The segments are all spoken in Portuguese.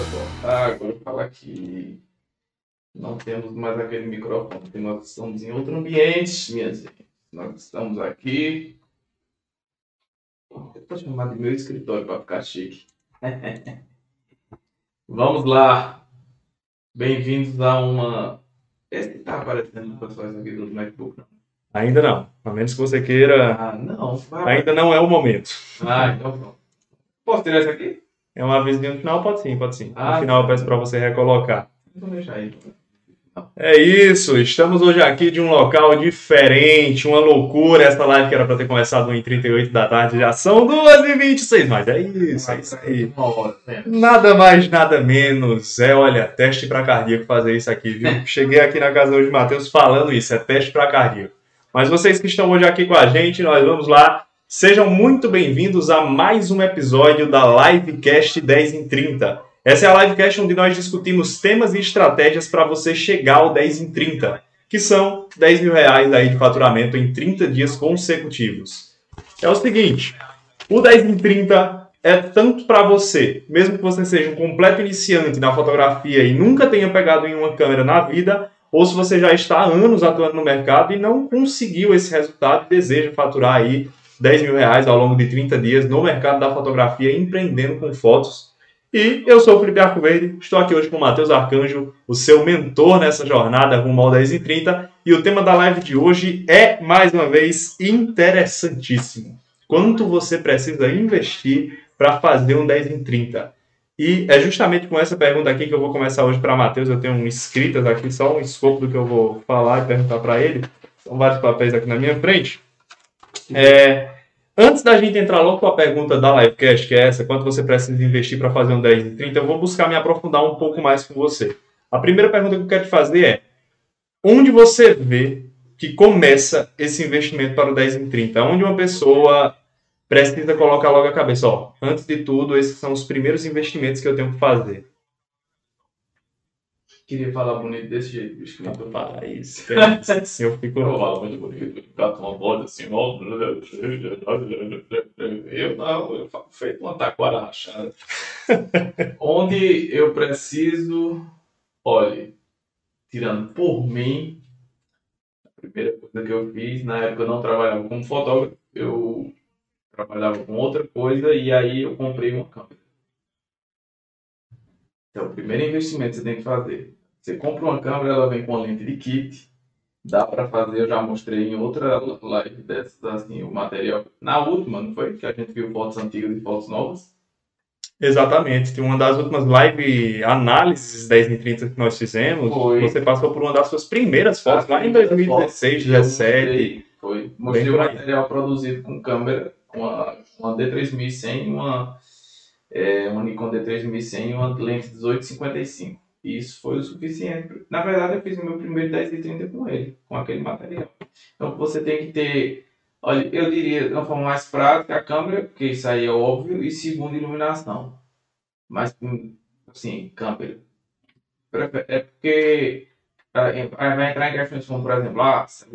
só. Agora eu falo aqui. Não temos mais aquele microfone, porque nós estamos em outro ambiente, minha gente. Nós estamos aqui. Eu vou chamar de meu escritório para ficar chique. Vamos lá. Bem-vindos a uma. Esse tá aparecendo no pessoal aqui do MacBook, não? Ainda não. A menos que você queira. Ah, não. Vai. Ainda não é o momento. Então pronto. Posso tirar isso aqui? É um avisinho no final? Pode sim, pode sim. No Ah, final eu sim. peço para você recolocar. Então deixa aí. É isso, estamos hoje aqui de um local diferente, uma loucura. Essa live que era para ter começado 1h38 da tarde, já são 2h26, mas é isso aí. Uma hora, né? Nada mais, nada menos. Olha, teste para cardíaco fazer isso aqui, viu? Cheguei aqui na casa hoje de Matheus falando isso, é teste para cardíaco. Mas vocês que estão hoje aqui com a gente, nós vamos lá. Sejam muito bem-vindos a mais um episódio da Livecast 10 em 30. Essa é a Livecast onde nós discutimos temas e estratégias para você chegar ao 10 em 30, que são R$10 mil aí de faturamento em 30 dias consecutivos. É o seguinte, o 10 em 30 é tanto para você, mesmo que você seja um completo iniciante na fotografia e nunca tenha pegado em uma câmera na vida, ou se você já está há anos atuando no mercado e não conseguiu esse resultado e deseja faturar aí R$10 mil ao longo de 30 dias no mercado da fotografia, empreendendo com fotos. E eu sou o Felipe Arcoverde, estou aqui hoje com o Matheus Arcanjo, o seu mentor nessa jornada rumo ao 10 em 30, e o tema da live de hoje é, mais uma vez, interessantíssimo. Quanto você precisa investir para fazer um 10 em 30? E é justamente com essa pergunta aqui que eu vou começar hoje para Matheus. Eu tenho escritas aqui, só um escopo do que eu vou falar e perguntar para ele. São vários papéis aqui na minha frente. Antes da gente entrar logo com a pergunta da Livecast, que é essa, quanto você precisa investir para fazer um 10 em 30, eu vou buscar me aprofundar um pouco mais com você. A primeira pergunta que eu quero te fazer é, onde você vê que começa esse investimento para o 10 em 30? Onde uma pessoa precisa colocar logo a cabeça, antes de tudo, esses são os primeiros investimentos que eu tenho que fazer. Queria falar bonito desse jeito, bicho. Rapaz, eu fico... Eu falo muito bonito, ficar com uma voz assim, ó. Eu falo feito uma taquara rachada. Onde eu preciso, olha, tirando por mim, a primeira coisa que eu fiz, na época eu não trabalhava como fotógrafo, eu trabalhava com outra coisa e aí eu comprei uma câmera. Então, o primeiro investimento que você tem que fazer. Você compra uma câmera, ela vem com a lente de kit. Dá para fazer, eu já mostrei em outra live dessas, assim, o material. Na última, não foi? Que a gente viu fotos antigas e fotos novas. Exatamente. Tem uma das últimas live análises 10 em 30 que nós fizemos. Foi. Você passou por uma das suas primeiras fotos, lá em 2016, 2017. Mostrei o material produzido com câmera, com uma D3100 uma Nikon D3100 e uma lente 1855. E isso foi o suficiente. Na verdade, eu fiz o meu primeiro 10 e 30 com ele, com aquele material. Então, você tem que ter, olha, eu diria, de uma forma mais prática, a câmera, porque isso aí é óbvio, e segundo, iluminação. Mas, assim, câmera. É porque vai entrar em questões como, por exemplo,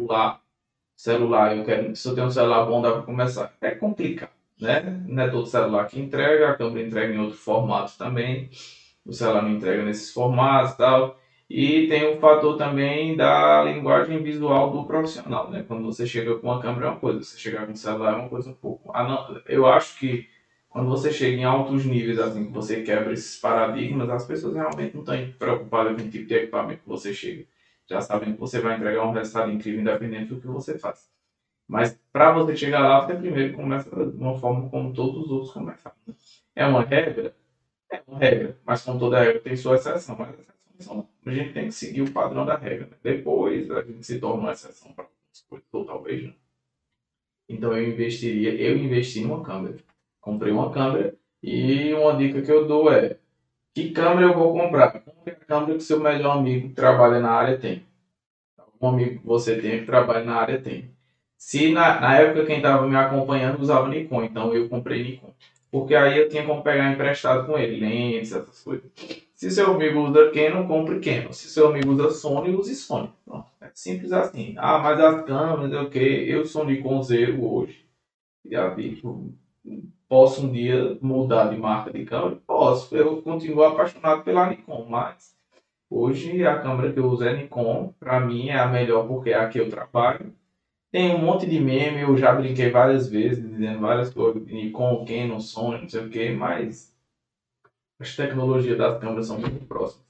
celular, se eu tenho um celular bom, dá para começar. É complicado, né? Não é todo celular que entrega, a câmera entrega em outro formato também, o celular não entrega nesses formatos e tal. E tem o fator também da linguagem visual do profissional, né? Quando você chega com uma câmera é uma coisa, você chegar com um celular é uma coisa um pouco... eu acho que quando você chega em altos níveis, assim, que você quebra esses paradigmas, as pessoas realmente não estão preocupadas com o tipo de equipamento que você chega. Já sabem que você vai entregar um resultado incrível independente do que você faz. Mas para você chegar lá, você primeiro começa de uma forma como todos os outros começaram. É uma regra? É uma regra. Mas como toda regra tem sua exceção. Mas a gente tem que seguir o padrão da regra. Né? Depois a gente se torna uma exceção para algumas coisas, ou talvez não. Então eu investi numa câmera. Comprei uma câmera e uma dica que eu dou é: que câmera eu vou comprar? Compre a câmera que seu melhor amigo que trabalha na área tem. Um amigo que você tem que trabalha na área tem. Se na época quem estava me acompanhando usava Nikon, então eu comprei Nikon. Porque aí eu tinha como pegar emprestado com ele, lentes, essas coisas. Se seu amigo usa Canon, compre Canon. Se seu amigo usa Sony, use Sony. Pronto. É simples assim. Mas as câmeras, eu sou Nikon Zero hoje. Já vi posso um dia mudar de marca de câmera? Posso. Eu continuo apaixonado pela Nikon, mas hoje a câmera que eu uso é Nikon. Para mim é a melhor porque é a que eu trabalho. Tem um monte de meme, eu já brinquei várias vezes, dizendo várias coisas, Nikon, Canon, Sony, não sei o que, mas as tecnologias das câmeras são muito próximas.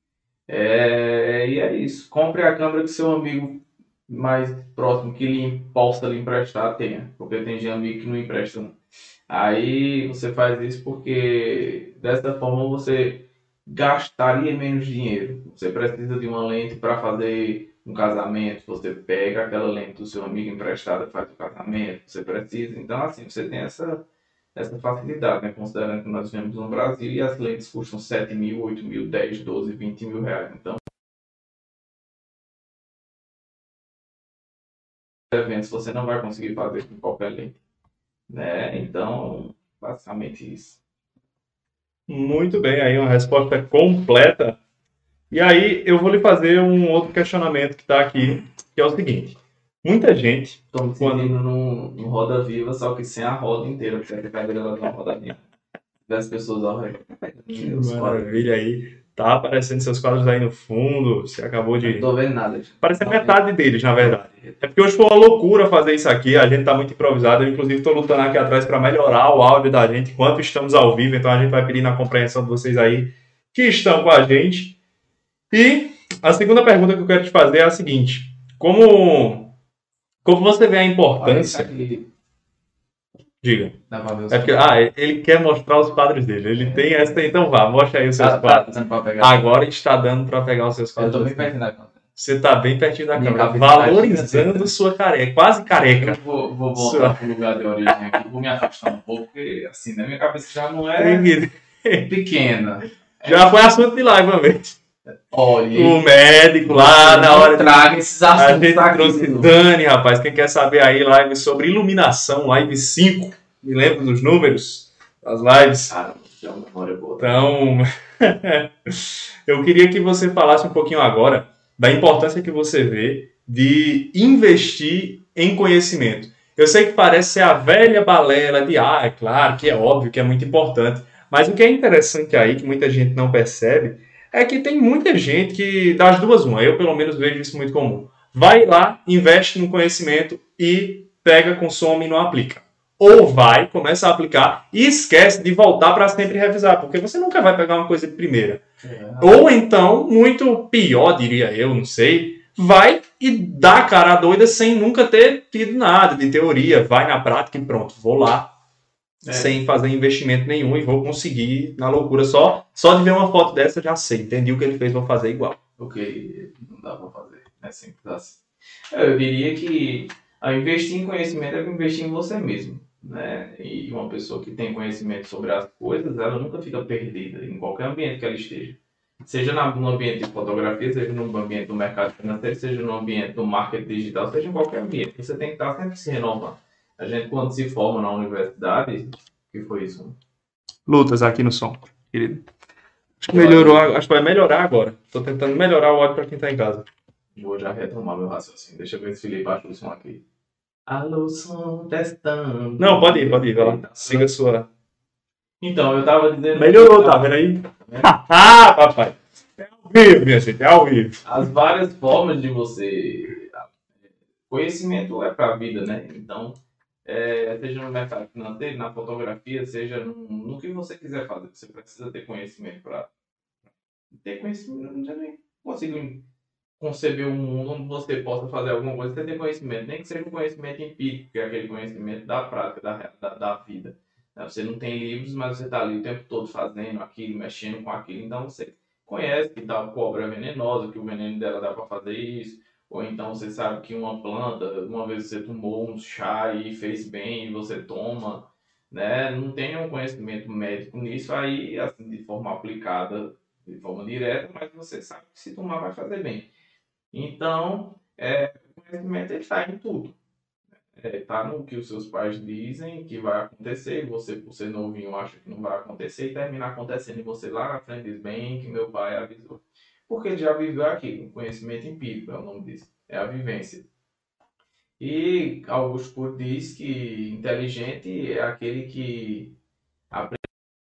E é isso. Compre a câmera que seu amigo mais próximo que possa lhe emprestar tenha, porque tem gente amigo que não empresta não. Aí você faz isso porque dessa forma você gastaria menos dinheiro. Você precisa de uma lente para fazer um casamento, você pega aquela lente do seu amigo emprestada e faz o casamento, você precisa. Então assim, você tem essa facilidade, né? Considerando que nós vivemos no Brasil e as lentes custam 7 mil, 8 mil, 10, 12, 20 mil reais. Então, eventos você não vai conseguir fazer com qualquer lente, né? Então, basicamente isso. Muito bem, aí uma resposta completa. E aí eu vou lhe fazer um outro questionamento que está aqui, que é o seguinte. Muita gente, Estou me sentindo no Roda Viva, só que sem a roda inteira, porque a cadeira lá na roda viva. Das pessoas ao redor. que maravilha aí. Tá aparecendo seus quadros aí no fundo, você acabou de... Não tô vendo nada. Parece metade deles, na verdade. É porque hoje foi uma loucura fazer isso aqui, a gente tá muito improvisado, eu inclusive estou lutando aqui atrás para melhorar o áudio da gente enquanto estamos ao vivo, então a gente vai pedir na compreensão de vocês aí que estão com a gente. E a segunda pergunta que eu quero te fazer é a seguinte: como você vê a importância... Diga. É porque, ele quer mostrar os quadros dele. Ele tem essa. Então vá, mostra aí os seus quadros. Agora está dando para pegar os seus quadros. Eu tô bem pertinho da câmera. Você está bem pertinho da câmera, valorizando sua careca, quase careca. Eu vou voltar pro lugar de origem aqui, vou me afastar um pouco, porque assim, na minha cabeça já não é pequena. Já foi assunto de live uma vez. Olha, o médico lá na hora traga esses assuntos. A gente trouxe Dani, rapaz. Quem quer saber aí, live sobre iluminação, live 5. Me lembro dos números das lives. Cara, é uma memória boa. Então, eu queria que você falasse um pouquinho agora da importância que você vê de investir em conhecimento. Eu sei que parece ser a velha balela de, é claro que é óbvio que é muito importante, mas o que é interessante aí, que muita gente não percebe, é que tem muita gente que, das duas uma, eu pelo menos vejo isso muito comum, vai lá, investe no conhecimento e pega, consome e não aplica. Ou vai, começa a aplicar e esquece de voltar para sempre revisar, porque você nunca vai pegar uma coisa de primeira. Ou então, muito pior, diria eu, não sei, vai e dá cara doida sem nunca ter tido nada de teoria, vai na prática e pronto, vou lá sem fazer investimento nenhum e vou conseguir na loucura. Só de ver uma foto dessa já sei, entendi o que ele fez, vou fazer igual. Ok, não dá pra fazer, é simples assim. Eu diria que ao investir em conhecimento é investir em você mesmo, né? E uma pessoa que tem conhecimento sobre as coisas, ela nunca fica perdida em qualquer ambiente que ela esteja. Seja no ambiente de fotografia, seja no ambiente do mercado financeiro, seja no ambiente do marketing digital, seja em qualquer ambiente. Você tem que estar sempre se renovando. A gente, quando se forma na universidade, que foi isso? Lutas aqui no som, querido. Acho que melhorou, acho que vai melhorar agora. Estou tentando melhorar o áudio para quem está em casa. Vou já retomar meu raciocínio. Deixa eu ver se Felipe acha o som aqui. Alô, som, testando. Não, pode ir, vai lá. Siga a sua. Então, eu tava dizendo... Melhorou, tá vendo aí? Papai. É ao vivo, minha gente, é ao vivo. As várias formas de você... Conhecimento é pra vida, né? Então, seja no mercado financeiro, na fotografia, seja no que você quiser fazer. Você precisa ter conhecimento para... Ter conhecimento, não já nem consigo conceber um mundo onde você possa fazer alguma coisa, você tem conhecimento, nem que seja um conhecimento empírico, que é aquele conhecimento da prática, da vida. Você não tem livros, mas você está ali o tempo todo fazendo aquilo, mexendo com aquilo, então você conhece que tal cobra é venenosa, que o veneno dela dá para fazer isso, ou então você sabe que uma planta, uma vez você tomou um chá e fez bem e você toma, né? Não tem um conhecimento médico nisso, aí assim, de forma aplicada, de forma direta, mas você sabe que se tomar vai fazer bem. Então, o conhecimento está em tudo. Está no que os seus pais dizem que vai acontecer, e você, por ser novinho, acha que não vai acontecer, e termina acontecendo, e você lá na frente diz bem que meu pai avisou. Porque ele já viveu aquilo, conhecimento empírico é o nome disso, é a vivência. E Augusto Cury diz que inteligente é aquele que aprende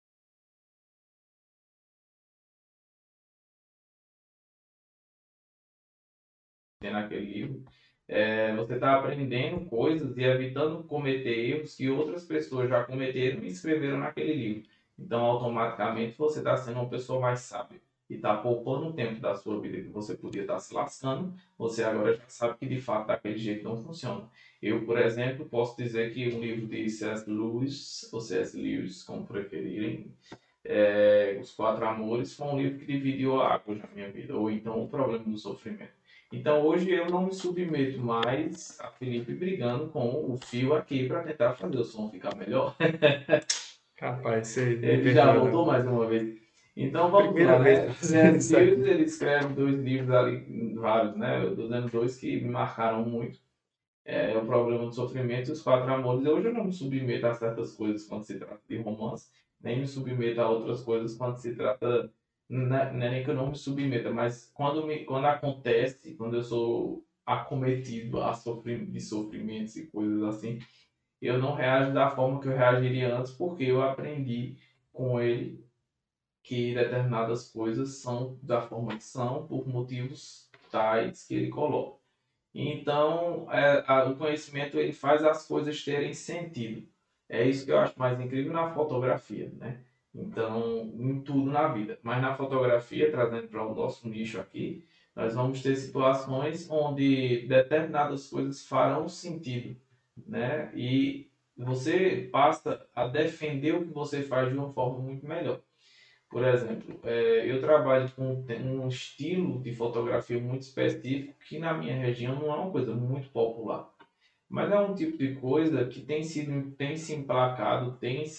naquele livro. Você está aprendendo coisas e evitando cometer erros que outras pessoas já cometeram e escreveram naquele livro. Então, automaticamente, você está sendo uma pessoa mais sábia e está poupando um tempo da sua vida que você podia estar se lascando. Você agora já sabe que, de fato, daquele jeito não funciona. Eu, por exemplo, posso dizer que um livro de C.S. Lewis, ou C.S. Lewis, como preferirem, Os Quatro Amores, foi um livro que dividiu águas na minha vida, ou então o problema do sofrimento. Então hoje eu não me submeto mais a Felipe brigando com o fio aqui para tentar fazer o som ficar melhor. Capaz, você me Ele já perdoa, não. voltou mais uma vez. Então vamos Primeira lá, vez né? que eu faço C.S. isso Lewis, aqui. ele escreve 2 livros ali, vários, né? Eu estou dando 2 que me marcaram muito. O problema do sofrimento e os quatro amores. Hoje eu não me submeto a certas coisas quando se trata de romance, nem me submeto a outras coisas quando se trata. Não é nem que eu não me submeta, mas quando acontece, quando eu sou acometido de sofrimentos e coisas assim, eu não reajo da forma que eu reagiria antes, porque eu aprendi com ele que determinadas coisas são da forma que são, por motivos tais que ele coloca. Então, o conhecimento ele faz as coisas terem sentido. É isso que eu acho mais incrível na fotografia, né? Então, em tudo na vida. Mas na fotografia, trazendo para o nosso nicho aqui, nós vamos ter situações onde determinadas coisas farão sentido, né? E você passa a defender o que você faz de uma forma muito melhor. Por exemplo, eu trabalho com um estilo de fotografia muito específico que na minha região não é uma coisa muito popular. Mas é um tipo de coisa que tem se emplacado,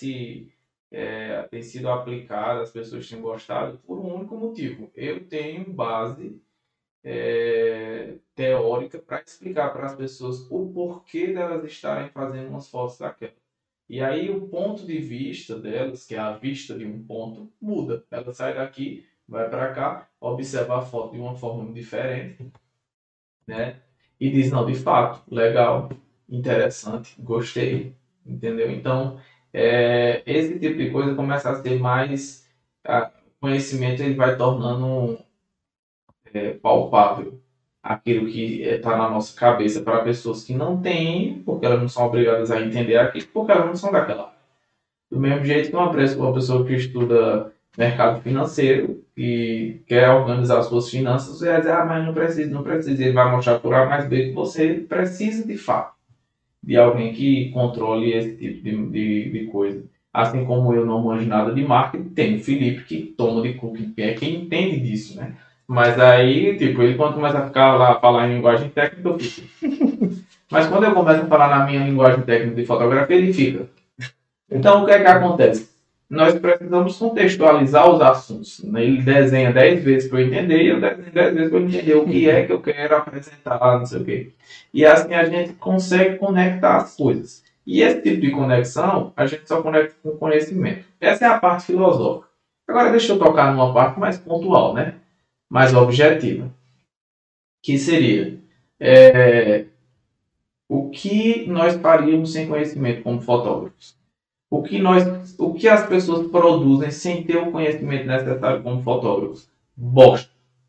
tem sido aplicado, as pessoas têm gostado por um único motivo. Eu tenho base teórica para explicar para as pessoas o porquê delas estarem fazendo umas fotos daquela. E aí o ponto de vista delas, que é a vista de um ponto, muda. Ela sai daqui, vai para cá, observa a foto de uma forma diferente, né? E diz, não, de fato, legal, interessante, gostei, entendeu? Então, esse tipo de coisa começa a ser mais... O conhecimento ele vai tornando palpável aquilo que está na nossa cabeça para pessoas que não têm, porque elas não são obrigadas a entender aquilo, porque elas não são daquela área. Do mesmo jeito que uma pessoa que estuda mercado financeiro e quer organizar suas finanças, você vai dizer, mas não precisa, não precisa. Ele vai mostrar por A mais B que você precisa de fato de alguém que controle esse tipo de coisa. Assim como eu não manjo nada de marketing, tem o Felipe que toma de cu, que é quem entende disso, né? Mas aí, tipo, ele quando começa a ficar lá, a falar em linguagem técnica, eu fico. Mas quando eu começo a falar na minha linguagem técnica de fotografia, ele fica. Então, o que é que acontece? Nós precisamos contextualizar os assuntos. Ele desenha 10 vezes para eu entender e eu desenho 10 vezes para eu entender o que é que eu quero apresentar, não sei o quê. E assim a gente consegue conectar as coisas. E esse tipo de conexão, a gente só conecta com conhecimento. Essa é a parte filosófica. Agora deixa eu tocar numa parte mais pontual, né? Mais objetiva. Que seria o que nós faríamos sem conhecimento como fotógrafos? O que as pessoas produzem sem ter o conhecimento necessário como fotógrafos? Bosta.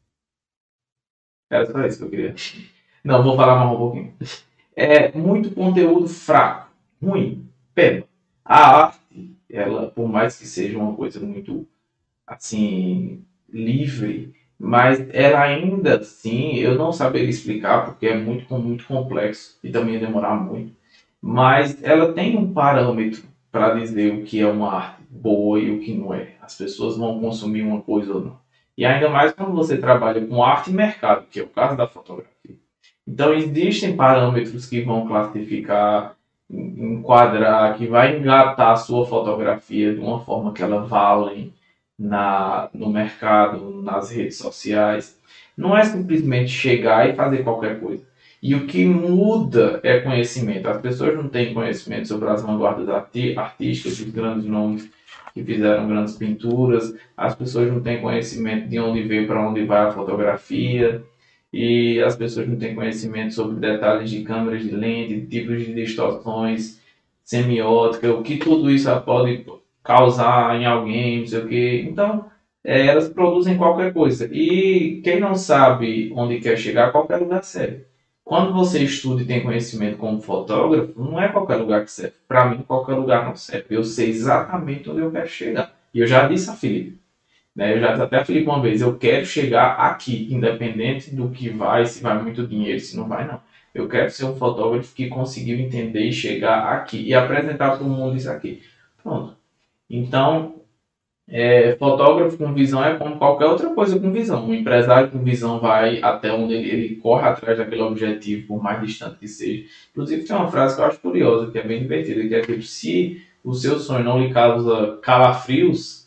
Era só isso que eu queria. Não, vou falar mais um pouquinho. Muito conteúdo fraco, ruim, peba. A arte, ela, por mais que seja uma coisa muito assim livre, mas ela ainda assim, eu não saberia explicar porque é muito complexo e também ia demorar muito. Mas ela tem um parâmetro para dizer o que é uma arte boa e o que não é. As pessoas vão consumir uma coisa ou não. E ainda mais quando você trabalha com arte e mercado, que é o caso da fotografia. Então existem parâmetros que vão classificar, enquadrar, que vai engatar a sua fotografia de uma forma que ela vale no mercado, nas redes sociais. Não é simplesmente chegar e fazer qualquer coisa. E o que muda é conhecimento. As pessoas não têm conhecimento sobre as vanguardas artísticas, os grandes nomes que fizeram grandes pinturas. As pessoas não têm conhecimento de onde veio, para onde vai a fotografia. e as pessoas não têm conhecimento sobre detalhes de câmeras de lente, tipos de distorções, semiótica, o que tudo isso pode causar em alguém, não sei o quê. Então, elas produzem qualquer coisa. E quem não sabe onde quer chegar, qualquer lugar serve. Quando você estuda e tem conhecimento como fotógrafo, não é qualquer lugar que serve. Para mim, qualquer lugar não serve. Eu sei exatamente onde eu quero chegar. E eu já disse a Felipe, né? Eu já disse até a Felipe uma vez, eu quero chegar aqui, independente do que vai, se vai muito dinheiro, se não vai, não. Eu quero ser um fotógrafo que conseguiu entender e chegar aqui e apresentar para o mundo isso aqui. Pronto. Então, fotógrafo com visão é como qualquer outra coisa com visão. Um empresário com visão vai até onde ele corre atrás daquele objetivo, por mais distante que seja. Inclusive, tem uma frase que eu acho curiosa, que é bem divertida, que é tipo, se o seu sonho não lhe causa calafrios,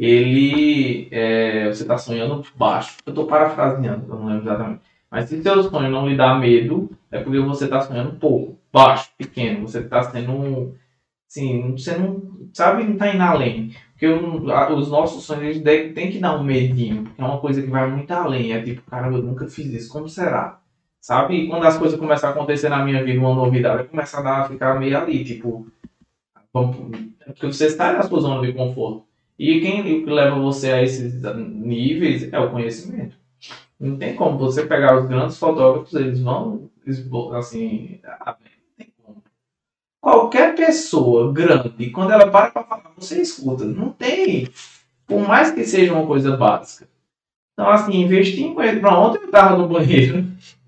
você está sonhando baixo. Eu estou parafraseando, eu não lembro exatamente. Mas se seu sonho não lhe dá medo, é porque você está sonhando pouco, baixo, pequeno. Você está sendo, assim, você não sabe, não está indo além. Porque os nossos sonhos tem que dar um medinho, porque é uma coisa que vai muito além. É tipo, caramba, eu nunca fiz isso, como será? Sabe? E quando as coisas começam a acontecer na minha vida, uma novidade, começa a ficar meio ali, tipo, porque você está na sua zona de conforto. E o que leva você a esses níveis é o conhecimento. Não tem como você pegar os grandes fotógrafos, eles vão, assim, não tem como. Qualquer pessoa grande, quando ela para falar, você escuta. Não tem. Por mais que seja uma coisa básica. Então, assim, investir em conhecimento. Ontem eu tava no banheiro.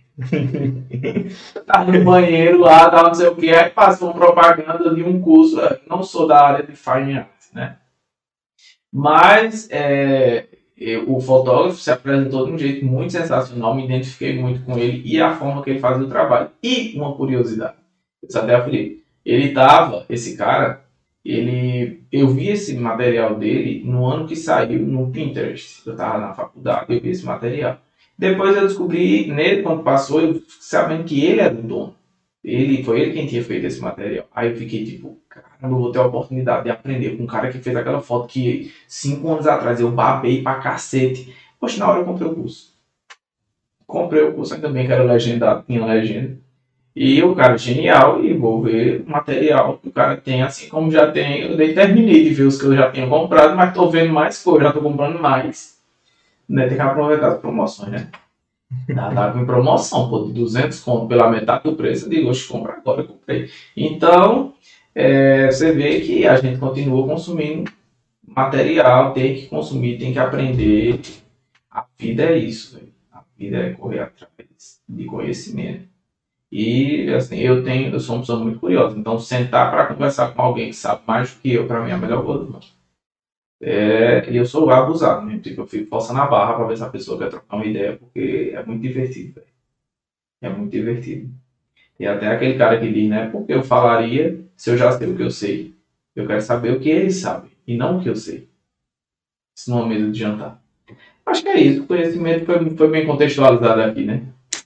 Tava no banheiro lá, tava não sei o que, aí passou uma propaganda de um curso. Não sou da área de Fine Art, né? Mas o fotógrafo se apresentou de um jeito muito sensacional, me identifiquei muito com ele e a forma que ele fazia o trabalho. E uma curiosidade, eu até falei, esse cara, eu vi esse material dele no ano que saiu no Pinterest. Eu estava na faculdade, eu vi esse material. Depois eu descobri, nele, quando passou, eu sabendo que ele era o dono. Foi ele quem tinha feito esse material. Aí eu fiquei tipo, caramba, eu vou ter a oportunidade de aprender com um cara que fez aquela foto que 5 anos atrás eu babei pra cacete. Poxa, na hora eu comprei o curso. Comprei o curso, ainda bem que era legendado, tinha legenda. E o cara é genial e vou ver o material que o cara tem, assim como já tem. Eu terminei de ver os que eu já tinha comprado, mas tô vendo mais coisa, já tô comprando mais. Né? Tem que aproveitar as promoções, né? Tá com promoção, pô, de 200 conto pela metade do preço. Eu digo, oxe, compra agora, eu comprei. Então, você vê que a gente continua consumindo material, tem que consumir, tem que aprender. A vida é isso, véio. A vida é correr atrás de conhecimento. E, assim, eu sou uma pessoa muito curiosa. Então, sentar para conversar com alguém que sabe mais do que eu, para mim, é a melhor coisa do mundo. E eu sou abusado, né? Tipo, eu fico forçando a barra para ver se a pessoa quer trocar uma ideia, porque é muito divertido, velho. É muito divertido. E até aquele cara que diz, né? Porque eu falaria se eu já sei o que eu sei. Eu quero saber o que ele sabe, e não o que eu sei. Isso numa mesa de jantar. Acho que é isso. O conhecimento foi bem contextualizado aqui, né?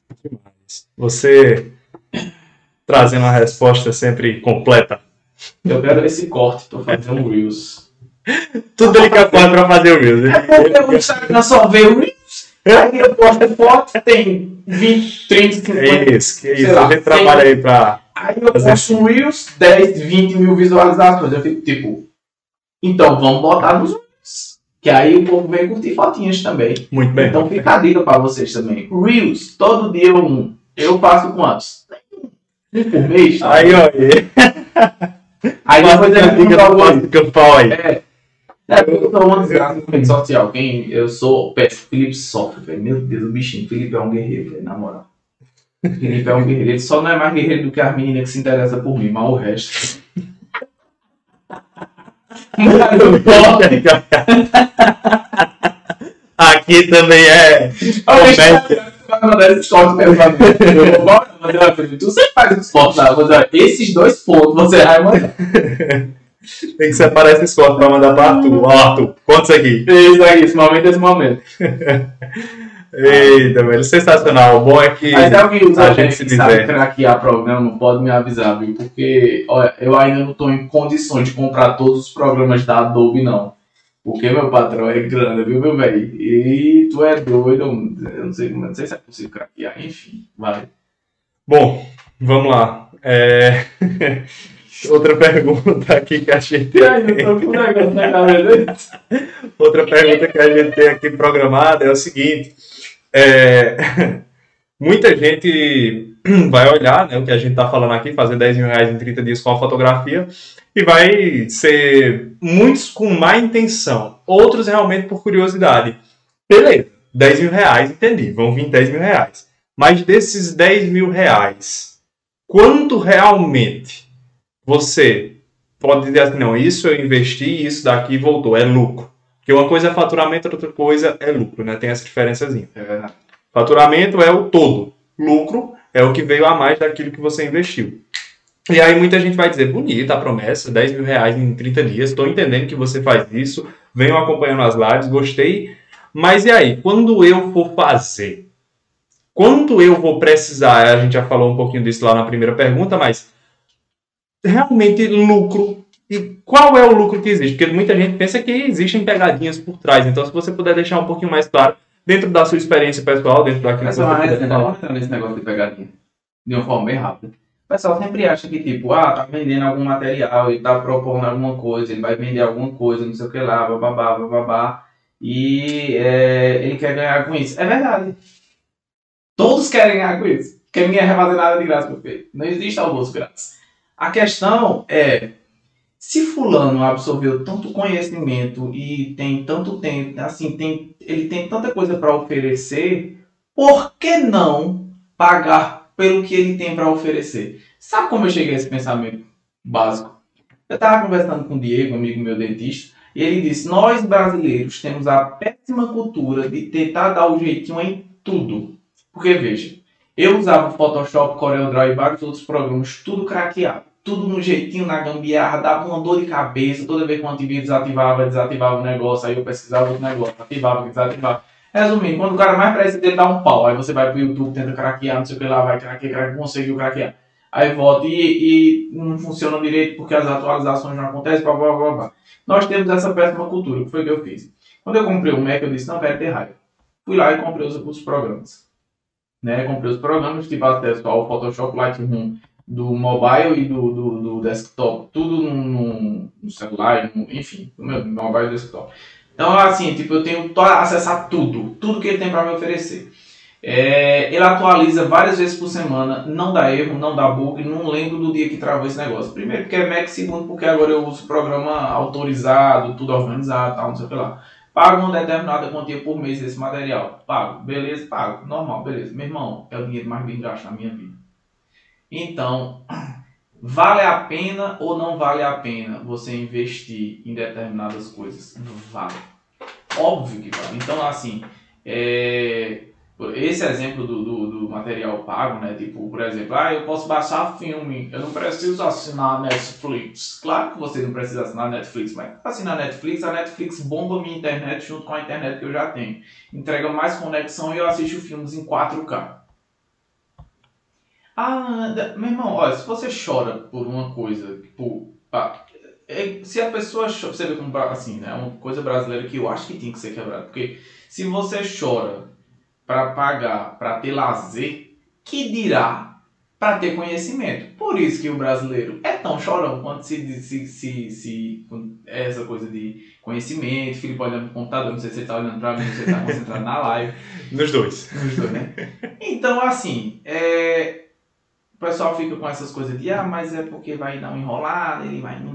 Você trazendo uma resposta sempre completa. Eu quero esse corte para fazer um Reels. Tudo ele capaz para fazer o Reels. É porque o Instagram só vê o Reels. Aí eu posto foto, tem 20, 30, 50. É isso. A gente trabalha aí para. Aí eu posto um Reels, 10, 20 mil visualizações. Eu fico tipo, então vamos botar nos Reels. Que aí o povo vem curtir fotinhas também. Muito bem. Então fica a dica para vocês também. Reels, todo dia um. Eu faço quantos? Um por mês. Tá? Aí, ó. Aí depois eu digo pra vocês. Campal aí. Eu sou uma desgraça na rede social. Eu sou péssimo. Felipe sofre, velho. Meu Deus, o bichinho. Felipe é um guerreiro, velho, na moral. Felipe é um guerreiro. Ele só não é mais guerreiro do que as meninas que se interessam por mim, mas o resto. Aqui também é. Tu sempre faz os cortes lá. Esses 2 pontos você vai mandar. Tem que separar esses cortes para mandar para Arthur. Ó, Arthur, conta isso aqui. Isso aí, esse momento. Eita, velho, sensacional. O bom é que mas alguém usa a gente se sabe craquear programa, pode me avisar, viu? Porque olha, eu ainda não estou em condições de comprar todos os programas da Adobe, não. Porque meu patrão é grande, viu, meu velho? E tu é doido, eu não sei se é possível craquear, enfim, vai. Bom, vamos lá. Outra pergunta aqui que a gente E aí, eu tô com um negócio na cabeça. outra pergunta que a gente tem aqui programada é o seguinte: é, muita gente vai olhar, né, o que a gente está falando aqui, fazer 10 mil reais em 30 dias com a fotografia, e vai ser muitos com má intenção, outros realmente por curiosidade. Beleza, 10 mil reais, entendi, vão vir 10 mil reais. Mas desses 10 mil reais, quanto realmente você pode dizer assim, não, isso eu investi, isso daqui voltou, é lucro. Porque uma coisa é faturamento, outra coisa é lucro, né? Tem essa diferençazinha. É verdade. Faturamento é o todo. Lucro é o que veio a mais daquilo que você investiu. E aí muita gente vai dizer, bonita a promessa, 10 mil reais em 30 dias, estou entendendo que você faz isso, venho acompanhando as lives, gostei. Mas e aí, quando eu for fazer? Quanto eu vou precisar? A gente já falou um pouquinho disso lá na primeira pergunta, mas realmente lucro. E qual é o lucro que existe? Porque muita gente pensa que existem pegadinhas por trás. Então, se você puder deixar um pouquinho mais claro, dentro da sua experiência pessoal, dentro daquilo que Essa é você uma puder resenha, falar. vamos entrar nesse negócio de pegadinha. De uma forma bem rápida. O pessoal sempre acha que, tipo, tá vendendo algum material, ele tá propondo alguma coisa, ele vai vender alguma coisa, não sei o que lá, bababá, bababá, e ele quer ganhar com isso. É verdade. Todos querem ganhar com isso. Porque ninguém vai fazer nada de graça, meu filho. Não existe almoço grátis. A questão é, se fulano absorveu tanto conhecimento e tem tanto tempo, assim, ele tem tanta coisa para oferecer, por que não pagar pelo que ele tem para oferecer? Sabe como eu cheguei a esse pensamento básico? Eu estava conversando com o Diego, amigo meu dentista, e ele disse: nós brasileiros temos a péssima cultura de tentar dar o jeitinho em tudo. Porque veja, eu usava o Photoshop, CorelDRAW e vários outros programas, tudo craqueado. Tudo no jeitinho, na gambiarra, dava uma dor de cabeça. Toda vez que o antivírus ativava, desativava o negócio, aí eu pesquisava outro negócio, ativava, desativava. Resumindo, quando o cara mais precisa dele dá um pau, aí você vai pro YouTube, tenta craquear, não sei o que lá, vai craquear, conseguiu craquear. Aí volta e não funciona direito porque as atualizações não acontecem, blá, blá, blá, blá. Nós temos essa péssima cultura, o que foi que eu fiz? Quando eu comprei o Mac, eu disse, não quero ter raiva. Fui lá e comprei os programas. Né? Comprei os programas, tive acesso ao Photoshop Lightroom do mobile e do desktop, tudo no celular, enfim, no meu mobile e desktop. Então, assim, tipo, eu tenho acesso a tudo que ele tem para me oferecer. Ele atualiza várias vezes por semana, não dá erro, não dá bug, não lembro do dia que travou esse negócio. Primeiro porque é Mac, segundo porque agora eu uso programa autorizado, tudo organizado, tal, não sei o que lá. Pago uma determinada quantia por mês desse material. Pago, beleza, pago, normal, beleza. Meu irmão, é o dinheiro mais bem gasto na minha vida. Então, vale a pena ou não vale a pena você investir em determinadas coisas? Vale. Óbvio que vale. Então, assim, esse exemplo do material pago, né? Tipo, por exemplo, eu posso baixar filme, eu não preciso assinar a Netflix. Claro que você não precisa assinar a Netflix, mas assinar a Netflix bomba minha internet junto com a internet que eu já tenho. Entrega mais conexão e eu assisto filmes em 4K. Meu irmão, olha, se você chora por uma coisa, tipo, se a pessoa chora, você vê como, assim, né, é uma coisa brasileira que eu acho que tem que ser quebrada, porque se você chora para pagar, para ter lazer, que dirá para ter conhecimento? Por isso que o brasileiro é tão chorão quando se essa coisa de conhecimento, Felipe olhando no computador, não sei se você está olhando para mim, você está concentrado na live. Nos dois. Nos dois, né? Então, assim, o pessoal fica com essas coisas de, mas é porque vai dar um enrolado, ele vai...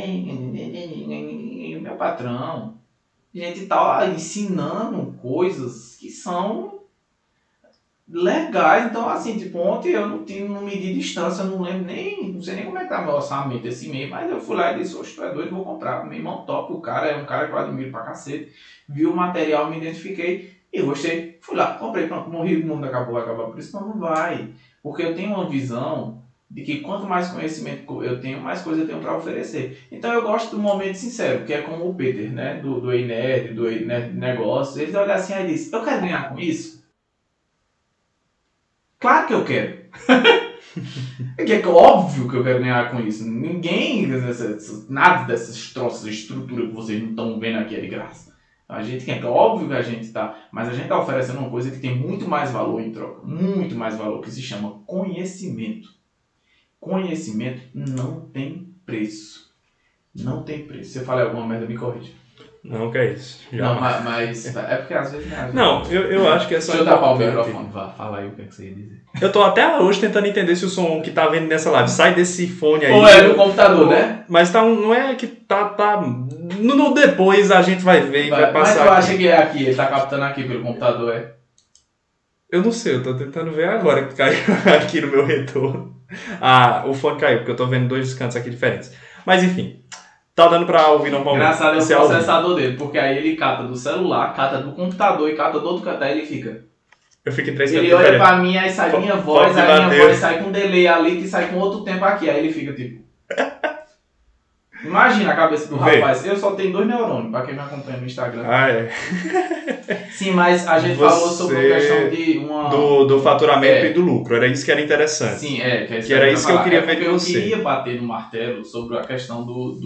Meu patrão, a gente tá ensinando coisas que são legais. Então, assim, tipo, ontem eu não medi distância, eu não sei nem como é que tá meu orçamento esse mês, mas eu fui lá e disse, oxe, tu é doido, vou comprar. Meu irmão top, o cara é um cara que eu admiro pra cacete. Vi o material, me identifiquei e gostei. Fui lá, comprei, pronto, morri, o mundo acabou, vai acabar por isso. Não vai. Porque eu tenho uma visão de que quanto mais conhecimento eu tenho, mais coisa eu tenho para oferecer. Então eu gosto do momento sincero, que é como o Peter, né? Do E-Nerd, do E-Nerd Negócios. Ele olha assim e diz, eu quero ganhar com isso? Claro que eu quero. É que é óbvio que eu quero ganhar com isso. Ninguém, nada dessas troças, estrutura que vocês não estão vendo aqui é de graça. A gente quer, é óbvio que a gente está, mas a gente está oferecendo uma coisa que tem muito mais valor em troca, muito mais valor, que se chama conhecimento. Conhecimento não tem preço. Não tem preço. Se eu falei alguma merda, me corrija. Não, que é isso. Não, mas é porque às vezes... Não, eu acho que é só... Deixa eu tapar o microfone. Fala aí o que é que você ia dizer. Eu tô até hoje tentando entender se o som que tá vendo nessa live sai desse fone aí. Ou é do computador, né? Mas tá, não é que tá... No depois a gente vai ver e vai passar. Mas tu acha que é aqui? Ele tá captando aqui pelo computador, é? Eu não sei, eu tô tentando ver agora que caiu aqui no meu retorno. O fone caiu, porque eu tô vendo dois cantos aqui diferentes. Mas enfim... Tá dando pra ouvir normalmente. Engraçado é o processador dele, porque aí ele cata do celular, cata do computador e cata do outro canto, aí ele fica. Eu fico em 3 Ele olha pra mim, aí sai minha voz, aí minha voz sai com um delay ali, que sai com outro tempo aqui, aí ele fica tipo... Imagina a cabeça do rapaz. Eu só tenho 2 neurônios, pra quem me acompanha no Instagram. É. Sim, mas a gente falou sobre a questão de uma... Do faturamento e do lucro. Era isso que era interessante. Sim, que era isso que eu queria ver de você. Eu queria bater no martelo sobre a questão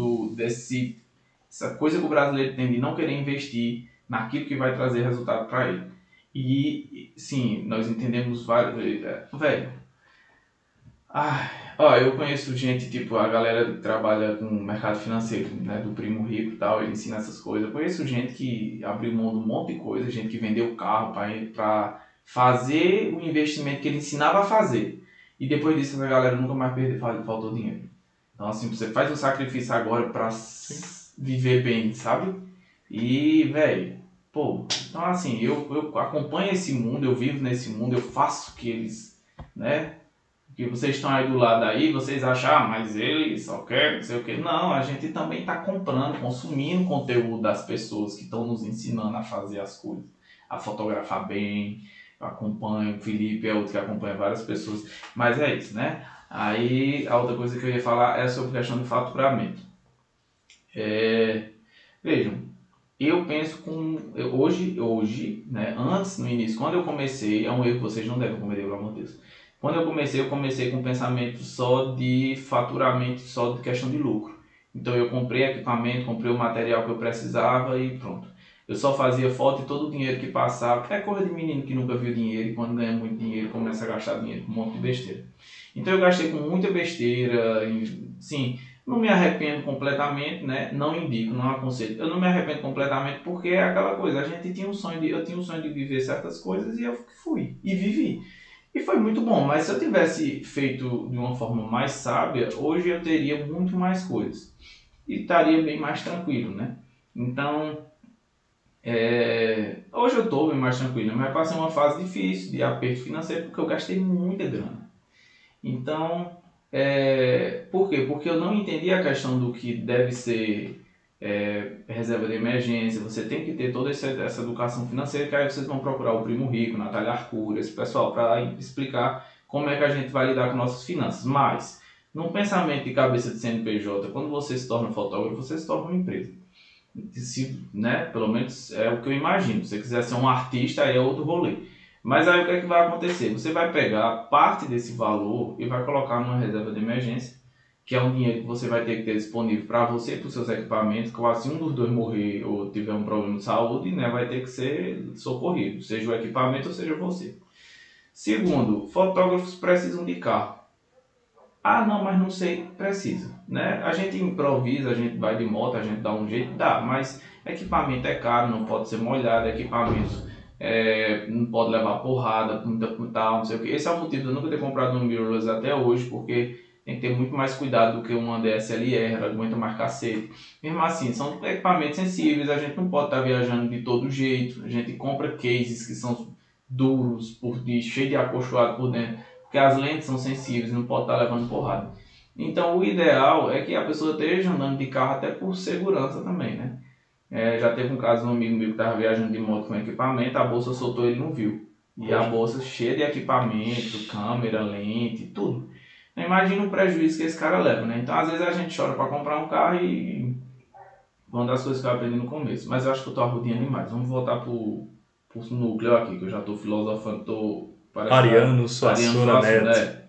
essa coisa que o brasileiro tem de não querer investir naquilo que vai trazer resultado para ele. E, sim, nós entendemos várias... Velho... eu conheço gente, tipo, a galera que trabalha com o mercado financeiro, né, do primo rico e tal, ele ensina essas coisas. Eu conheço gente que abriu mão de um monte de coisa, gente que vendeu carro para fazer o investimento que ele ensinava a fazer. E depois disso a galera nunca mais faltou dinheiro. Então, assim, você faz o sacrifício agora para viver bem, sabe? E, velho, então assim, eu acompanho esse mundo, eu vivo nesse mundo, eu faço o que eles, né? Que vocês estão aí do lado aí, vocês acham, mas ele só quer, não sei o que. Não, a gente também está comprando, consumindo conteúdo das pessoas que estão nos ensinando a fazer as coisas, a fotografar bem. Eu acompanho, o Felipe é outro que acompanha várias pessoas, mas é isso, né? Aí a outra coisa que eu ia falar é sobre a questão do faturamento. Vejam, eu penso hoje, né, antes, no início, quando eu comecei, é um erro que vocês não devem cometer, pelo amor de Deus. Quando eu comecei com um pensamento só de faturamento, só de questão de lucro. Então eu comprei equipamento, comprei o material que eu precisava e pronto. Eu só fazia foto e todo o dinheiro que passava, é coisa de menino que nunca viu dinheiro e quando ganha muito dinheiro começa a gastar dinheiro com um monte de besteira. Então eu gastei com muita besteira, sim, não me arrependo completamente, né? Não indico, não aconselho. Eu não me arrependo completamente porque é aquela coisa, eu tinha um sonho de viver certas coisas e eu fui e vivi. E foi muito bom, mas se eu tivesse feito de uma forma mais sábia, hoje eu teria muito mais coisas. E estaria bem mais tranquilo, né? Então, hoje eu estou bem mais tranquilo, mas passei uma fase difícil de aperto financeiro porque eu gastei muita grana. Então, por quê? Porque eu não entendi a questão do que deve ser reserva de emergência. Você tem que ter toda essa educação financeira, que aí vocês vão procurar o Primo Rico, Natália Arcura, esse pessoal, para explicar como é que a gente vai lidar com nossas finanças. Mas, num pensamento de cabeça de CNPJ, quando você se torna fotógrafo, você se torna uma empresa. Né? Pelo menos é o que eu imagino. Se você quiser ser um artista, aí é outro rolê. Mas aí o que é que vai acontecer? Você vai pegar parte desse valor e vai colocar numa reserva de emergência, que é um dinheiro que você vai ter que ter disponível para você e para os seus equipamentos, que se um dos dois morrer ou tiver um problema de saúde, né, vai ter que ser socorrido, seja o equipamento ou seja você. Segundo, fotógrafos precisam de carro. Não, mas não sei, precisa, né? A gente improvisa, a gente vai de moto, a gente dá um jeito, dá, mas equipamento é caro, não pode ser molhado, equipamento não pode levar porrada, tal, não sei o que. Esse é o motivo de eu nunca ter comprado um mirrorless até hoje, porque tem que ter muito mais cuidado do que uma DSLR, ela aguenta mais cacete. Mesmo assim, são equipamentos sensíveis, a gente não pode estar viajando de todo jeito. A gente compra cases que são duros, cheio de acolchoado por dentro, porque as lentes são sensíveis, não pode estar levando porrada. Então o ideal é que a pessoa esteja andando de carro até por segurança também, né? Já teve um caso de um amigo meu que estava viajando de moto com equipamento, a bolsa soltou e ele não viu. E a bolsa cheia de equipamento, câmera, lente, tudo. Imagina o prejuízo que esse cara leva, né? Então, às vezes a gente chora para comprar um carro e uma das coisas que eu aprendi no começo. Mas eu acho que eu tô arrudinhando demais. Vamos voltar pro núcleo aqui, que eu já tô filosofando, Ariano Suassuna Neto.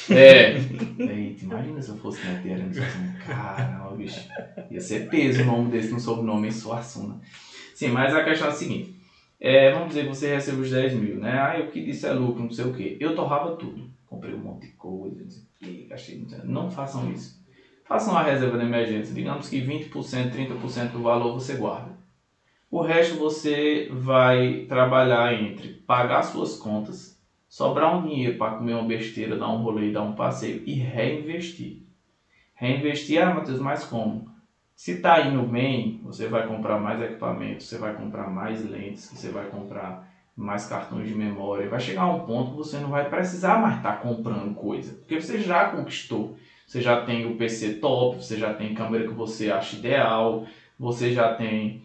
Eita, imagina se eu fosse neto de Ariano Suassuna. Caramba, bicho. Ia ser peso o nome desse no sobrenome em Suassuna. Sim, mas a questão é a seguinte. Vamos dizer que você recebe os 10 mil, né? O que disse é lucro, não sei o quê. Eu torrava tudo. Comprei um monte de coisa, não sei o quê, gastei muito. Não façam isso. Façam uma reserva de emergência. Digamos que 20%, 30% do valor você guarda. O resto você vai trabalhar entre pagar suas contas, sobrar um dinheiro para comer uma besteira, dar um rolê, dar um passeio e reinvestir. Reinvestir, Matheus, mas como? Se está indo bem, você vai comprar mais equipamentos, você vai comprar mais lentes, você vai comprar mais cartões de memória. Vai chegar a um ponto que você não vai precisar mais estar comprando coisa, porque você já conquistou. Você já tem o PC top, você já tem câmera que você acha ideal, você já tem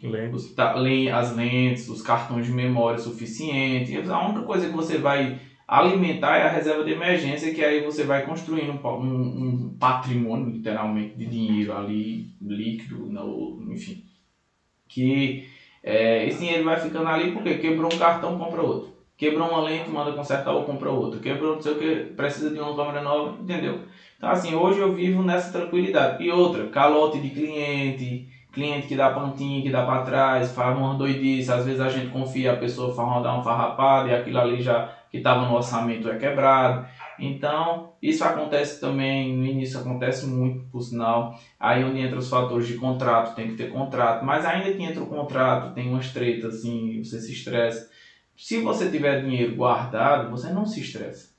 as lentes, os cartões de memória suficientes. A única coisa que você vai alimentar é a reserva de emergência, que aí você vai construindo um patrimônio, literalmente, de dinheiro ali, líquido, enfim. Que esse dinheiro vai ficando ali porque quebrou um cartão, compra outro. Quebrou uma lente, manda consertar ou compra outro. Quebrou não sei o que, precisa de uma câmera nova, entendeu? Então assim, hoje eu vivo nessa tranquilidade. E outra, calote de cliente que dá pontinho, que dá para trás, faz uma doidice, às vezes a gente confia, a pessoa faz dar uma farrapada e aquilo ali já que estava no orçamento é quebrado. Então, isso acontece também, no início acontece muito, por sinal. Aí onde entra os fatores de contrato, tem que ter contrato, mas ainda que entra o contrato, tem umas tretas assim, você se estressa. Se você tiver dinheiro guardado, você não se estressa.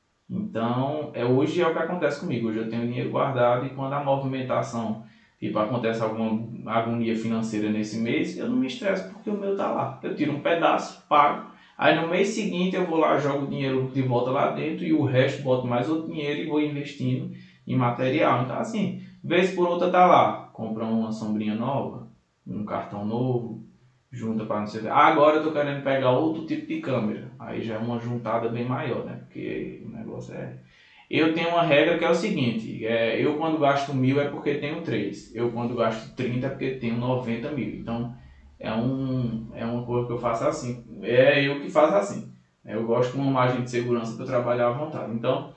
Então, hoje é o que acontece comigo. Hoje eu tenho dinheiro guardado e quando a movimentação, tipo, acontece alguma agonia financeira nesse mês, eu não me estresso porque o meu tá lá. Eu tiro um pedaço, pago. Aí no mês seguinte eu vou lá, jogo o dinheiro de volta lá dentro e o resto boto mais outro dinheiro e vou investindo em material. Então assim, vez por outra tá lá. Compra uma sombrinha nova, um cartão novo, junta para não sei o que. Agora eu tô querendo pegar outro tipo de câmera. Aí já é uma juntada bem maior, né? Porque o negócio é... Eu tenho uma regra que é o seguinte, eu quando gasto 1.000 é porque tenho 3. Eu quando gasto 30 é porque tenho 90 mil. Então é uma coisa que eu faço assim. É eu que faço assim. Eu gosto de uma margem de segurança para trabalhar à vontade. Então,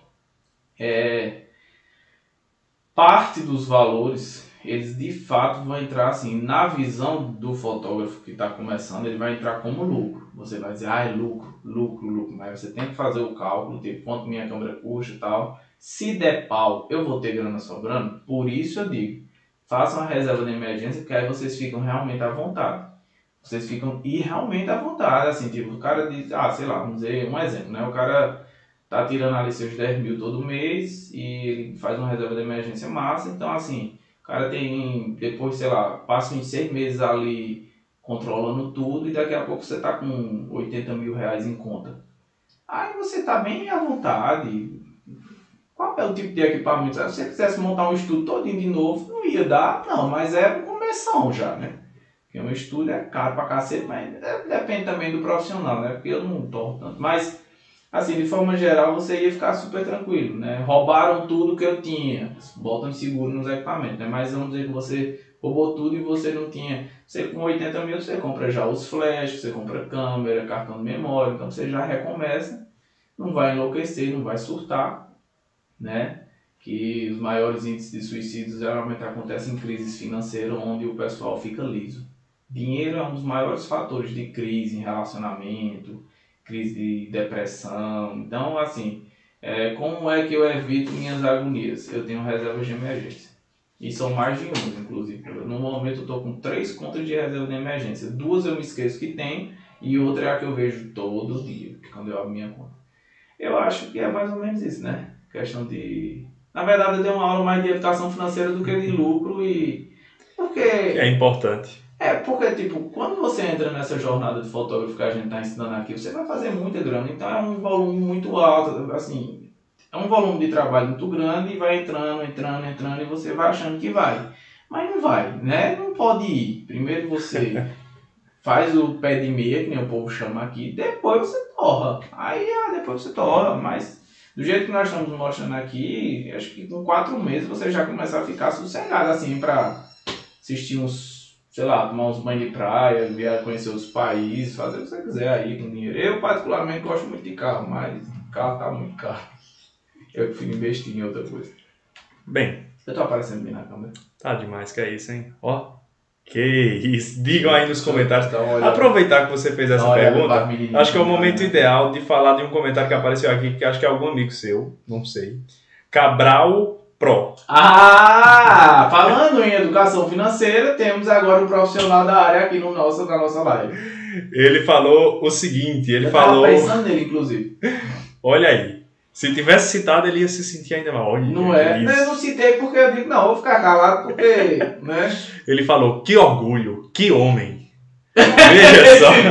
parte dos valores, eles de fato vão entrar assim, na visão do fotógrafo que está começando, ele vai entrar como lucro. Você vai dizer, é lucro, lucro, lucro. Mas você tem que fazer o cálculo, tipo, quanto minha câmera custa e tal. Se der pau, eu vou ter grana sobrando. Por isso eu digo, façam uma reserva de emergência, porque aí vocês ficam realmente à vontade. Vocês ficam realmente à vontade, assim, tipo, o cara diz, sei lá, vamos dizer, um exemplo, né? O cara tá tirando ali seus 10 mil todo mês e ele faz uma reserva de emergência massa, então assim, o cara tem, depois, sei lá, passa uns 6 meses ali controlando tudo e daqui a pouco você tá com 80 mil reais em conta. Aí você tá bem à vontade. Qual é o tipo de equipamento? Se você quisesse montar um estúdio todinho de novo, não ia dar, não, mas é uma começão já, né? Porque um estúdio é caro pra cacete, mas depende também do profissional, né? Porque eu não torro tanto. Mas, assim, de forma geral, você ia ficar super tranquilo, né? Roubaram tudo que eu tinha. Botam seguro nos equipamentos, né? Mas vamos dizer que você roubou tudo e você não tinha... Você com 80 mil, você compra já os flashes, você compra câmera, cartão de memória. Então, você já recomeça. Não vai enlouquecer, não vai surtar, né? Que os maiores índices de suicídios geralmente acontecem em crises financeiras onde o pessoal fica liso. Dinheiro é um dos maiores fatores de crise em relacionamento, crise de depressão. Então, assim, como é que eu evito minhas agonias? Eu tenho reservas de emergência. E são mais de uma, inclusive. No momento eu estou com 3 contas de reserva de emergência. 2 eu me esqueço que tem e outra é a que eu vejo todo dia, quando eu abro minha conta. Eu acho que é mais ou menos isso, né? Questão de... Na verdade, eu tenho uma aula mais de educação financeira do que de lucro e... Porque... É importante. Porque, tipo, quando você entra nessa jornada de fotógrafo que a gente está ensinando aqui, você vai fazer muita grana. Então é um volume muito alto, assim... É um volume de trabalho muito grande e vai entrando e você vai achando que vai. Mas não vai, né? Não pode ir. Primeiro você... faz o pé de meia, que nem o povo chama aqui, depois você torra. Aí depois você torra, mas do jeito que nós estamos mostrando aqui, acho que com 4 meses você já começa a ficar sossegado, assim, pra assistir uns, sei lá, tomar uns banhos de praia, vir conhecer os países, fazer o que você quiser aí com dinheiro. Eu particularmente gosto muito de carro, mas carro tá muito caro. eu prefiro investir em outra coisa. Bem, Eu tô aparecendo bem na câmera. tá demais, que é isso, hein? Ó, que isso. Digam aí nos comentários. Dá uma olhada. Aproveitar que você fez essa Dá uma olhada pergunta, pras menininhas acho que é o também, momento né? ideal de falar de um comentário que apareceu aqui, que acho que é algum amigo seu, não sei. Cabral Pro. Ah! Falando em educação financeira, temos agora um profissional da área aqui na nossa live. Ele falou o seguinte, ele Eu falou... tava pensando nele, inclusive. Olha aí, se tivesse citado, ele ia se sentir ainda mal. Olha, Não que é? isso. Eu não citei porque eu digo, não, vou ficar calado porque, né? Ele falou, que orgulho, que homem. Veja só.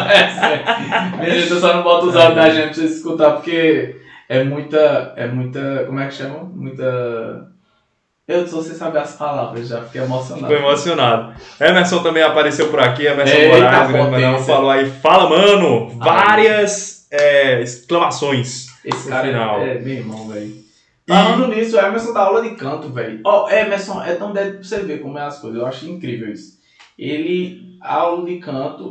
Minha gente, eu só não boto os áudios da gente pra vocês escutar porque é muita, como é que chama? Muita... você sabe as palavras, já fiquei emocionado. Ficou emocionado. Emerson também apareceu por aqui, Emerson Eita, Moraes, grande potência. Manão, falou aí, fala mano, várias exclamações. Esse no cara final. é meu irmão, velho. Falando nisso, o Emerson dá aula de canto, velho. Ó, Emerson é tão doido pra você ver como é as coisas. Eu acho incrível isso. Ele dá aula de canto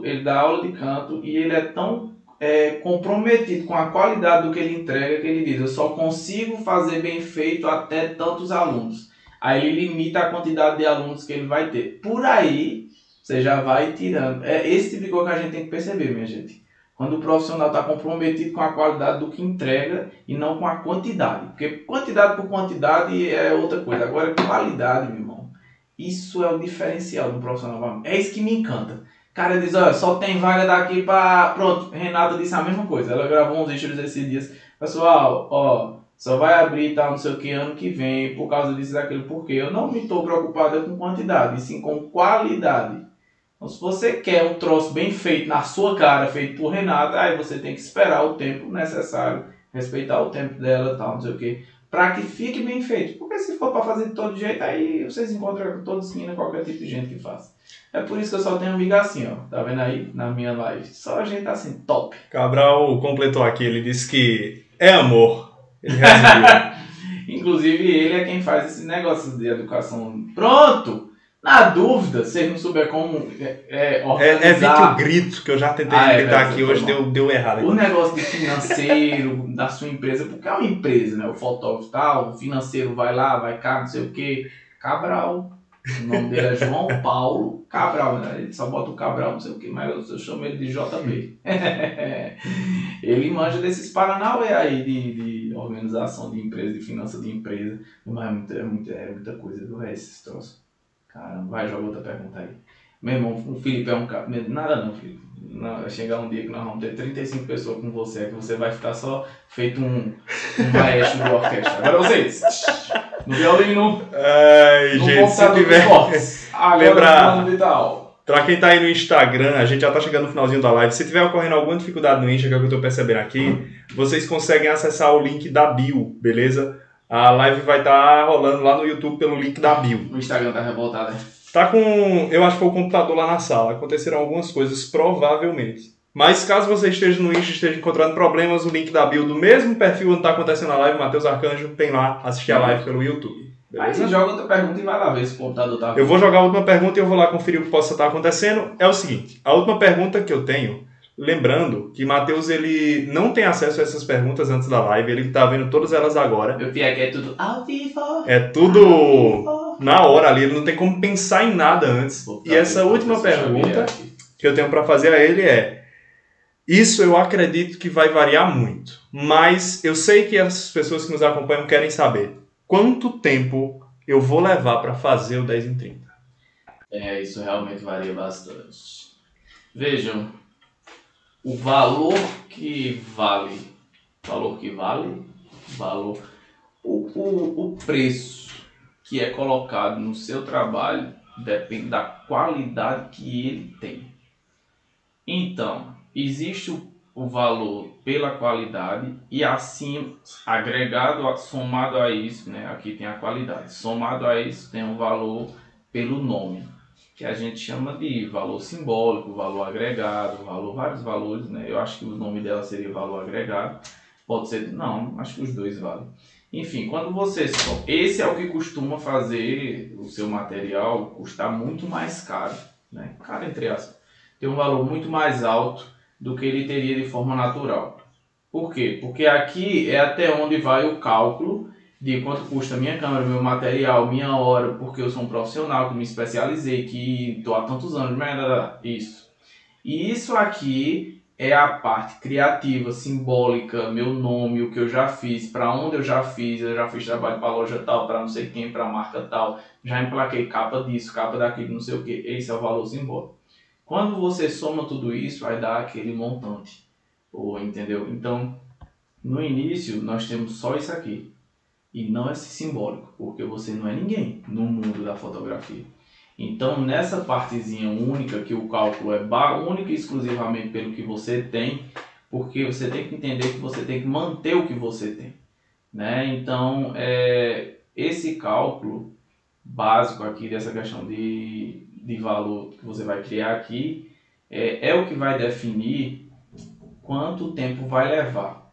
e ele é tão comprometido com a qualidade do que ele entrega que ele diz, eu só consigo fazer bem feito até tantos alunos. Aí ele limita a quantidade de alunos que ele vai ter. Por aí, você já vai tirando. É esse tipo de coisa que a gente tem que perceber, minha gente. Quando o profissional está comprometido com a qualidade do que entrega e não com a quantidade. Porque quantidade por quantidade é outra coisa. Agora, qualidade, meu irmão, isso é o diferencial do profissional. É isso que me encanta. O cara diz, olha, só tem vaga daqui para... Pronto, Renata disse a mesma coisa. Ela gravou uns stories esses dias. Pessoal, ó, só vai abrir tal, não sei o que, ano que vem, por causa disso e daquilo. Porque eu não me estou preocupado com quantidade, e sim com qualidade. Então, se você quer um troço bem feito na sua cara, feito por Renata, aí você tem que esperar o tempo necessário, respeitar o tempo dela e tal, não sei o que, para que fique bem feito. Porque se for para fazer de todo jeito, aí vocês encontram toda esquina qualquer tipo de gente que faça. É por isso que eu só tenho amiga assim, ó. Tá vendo aí na minha live? Só a gente assim, top. Cabral completou aqui, ele disse que é amor. Ele resumiu. Inclusive, ele é quem faz esse negócio de educação. Pronto! Na dúvida, se ele não souber como organizar... Evite o grito, que eu já tentei gritar aqui hoje, deu errado. O negócio de financeiro da sua empresa, porque é uma empresa, né? O fotógrafo tal, o financeiro vai lá, vai cá, não sei o quê. Cabral. O nome dele é João Paulo Cabral, né? Ele só bota o Cabral, não sei o quê, mas eu chamo ele de JB. Ele manja desses paranauê aí de organização de empresa, de finança de empresa. Mas é muita coisa, viu? É esses troços. Caramba, vai, joga outra pergunta aí. Meu irmão, o Felipe é um cara... Nada não, Felipe. Não, vai chegar um dia que nós vamos ter 35 pessoas com você, que você vai ficar só feito um maestro de orquestra. Agora vocês, no violino, Ai, no gente, se computador tiver... de cortes. Agora no digital. Pra quem tá aí no Instagram, a gente já tá chegando no finalzinho da live. Se tiver ocorrendo alguma dificuldade no Insta, que é o que eu tô percebendo aqui, vocês conseguem acessar o link da bio, beleza? A live vai estar rolando lá no YouTube pelo link da bio. O Instagram tá revoltado, né? Tá com... Eu acho que foi o computador lá na sala. Aconteceram algumas coisas, provavelmente. Mas caso você esteja no Insta e esteja encontrando problemas, o link da bio do mesmo perfil onde tá acontecendo a live, Matheus Arcanjo, tem lá assistir a live pelo YouTube. Beleza? Aí joga outra pergunta e vai lá ver se o computador tá... Eu vou jogar a última pergunta e eu vou lá conferir o que possa estar acontecendo. É o seguinte, a última pergunta que eu tenho... Lembrando que Matheus, ele não tem acesso a essas perguntas antes da live, ele tá vendo todas elas agora. Meu pior é que é tudo ao vivo. É tudo na hora ali, ele não tem como pensar em nada antes. E essa última pergunta que eu tenho para fazer a ele é: isso eu acredito que vai variar muito, mas eu sei que as pessoas que nos acompanham querem saber quanto tempo eu vou levar para fazer o 10 em 30. Isso realmente varia bastante. Vejam, o valor que vale, o preço que é colocado no seu trabalho depende da qualidade que ele tem. Então, existe o valor pela qualidade e assim, somado a isso, né? Aqui tem a qualidade, somado a isso tem um valor pelo nome, que a gente chama de valor simbólico, valor agregado, vários valores, né? Eu acho que o nome dela seria valor agregado, pode ser, não, acho que os dois valem. Enfim, quando você... Esse é o que costuma fazer o seu material custar muito mais caro, né? Caro entre aspas. Tem um valor muito mais alto do que ele teria de forma natural. Por quê? Porque aqui é até onde vai o cálculo de quanto custa a minha câmera, meu material, minha hora, porque eu sou um profissional que me especializei, que estou há tantos anos, isso. E isso aqui é a parte criativa, simbólica, meu nome, o que eu já fiz, para onde eu já fiz trabalho para loja tal, para não sei quem, para marca tal, já emplaquei capa disso, capa daquilo, não sei o que. Esse é o valor simbólico. Quando você soma tudo isso, vai dar aquele montante, ou entendeu? Então, no início, nós temos só isso aqui, e não esse simbólico, porque você não é ninguém no mundo da fotografia. Então, nessa partezinha única, que o cálculo é única e exclusivamente pelo que você tem, porque você tem que entender que você tem que manter o que você tem, né? Então, esse cálculo básico aqui dessa questão de valor que você vai criar aqui é o que vai definir quanto tempo vai levar,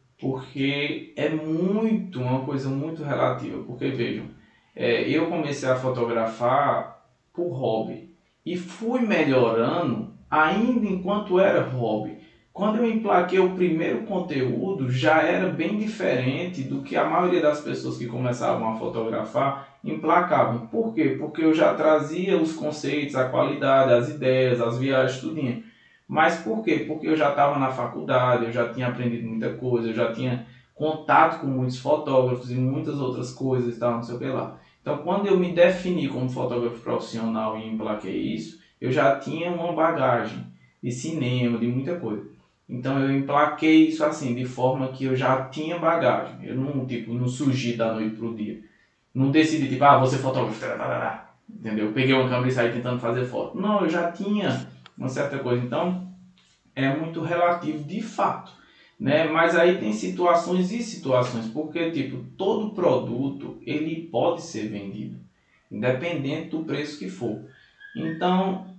porque é uma coisa muito relativa, porque vejam, eu comecei a fotografar por hobby e fui melhorando ainda enquanto era hobby. Quando eu emplaquei o primeiro conteúdo, já era bem diferente do que a maioria das pessoas que começavam a fotografar emplacavam. Por quê? Porque eu já trazia os conceitos, a qualidade, as ideias, as viagens, tudinho. Mas por quê? Porque eu já estava na faculdade, eu já tinha aprendido muita coisa, eu já tinha contato com muitos fotógrafos e muitas outras coisas e tal, não sei o que lá. Então, quando eu me defini como fotógrafo profissional e emplaquei isso, eu já tinha uma bagagem de cinema, de muita coisa. Então, eu emplaquei isso assim, de forma que eu já tinha bagagem. Eu não surgi da noite pro dia. Não decidi, tipo, vou ser fotógrafo, entendeu? Eu peguei uma câmera e saí tentando fazer foto. Não, eu já tinha uma certa coisa. Então, é muito relativo de fato, né? Mas aí tem situações e situações, porque tipo, todo produto ele pode ser vendido, independente do preço que for. Então,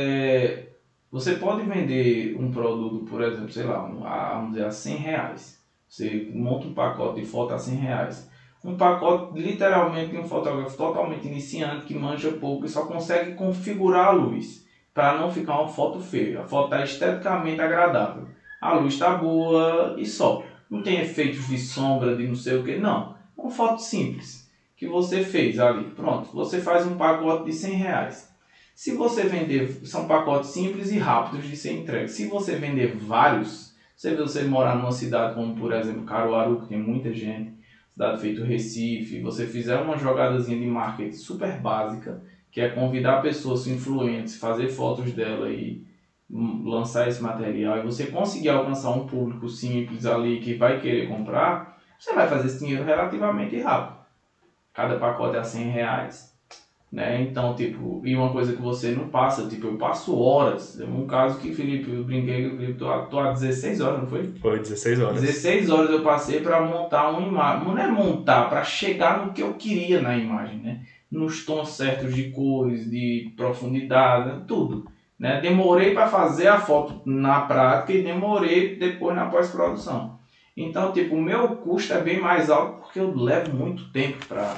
você pode vender um produto, por exemplo, sei lá, vamos dizer, a R$100. Você monta um pacote de foto a R$100. Um pacote literalmente de um fotógrafo totalmente iniciante que manja pouco e só consegue configurar a luz para não ficar uma foto feia. A foto está esteticamente agradável. A luz está boa e só. Não tem efeitos de sombra, de não sei o que, não. Uma foto simples que você fez ali. Pronto, você faz um pacote de R$100. Se você vender, são pacotes simples e rápidos de ser entregue. Se você vender vários, você morar numa cidade como, por exemplo, Caruaru, que tem muita gente, cidade feito Recife, você fizer uma jogadazinha de marketing super básica, que é convidar pessoas influentes, fazer fotos dela e lançar esse material, e você conseguir alcançar um público simples ali que vai querer comprar, você vai fazer esse dinheiro relativamente rápido. Cada pacote é R$100, né? Então, tipo, e uma coisa que você não passa, tipo, eu passo horas. Um caso que, Felipe, eu brinquei, Felipe, tô há 16 horas, não foi? Foi 16 horas. 16 horas eu passei para montar uma imagem. Não é montar, para chegar no que eu queria na imagem, né? Nos tons certos de cores, de profundidade, tudo. Né? Demorei para fazer a foto na prática e demorei depois na pós-produção. Então, tipo, o meu custo é bem mais alto porque eu levo muito tempo para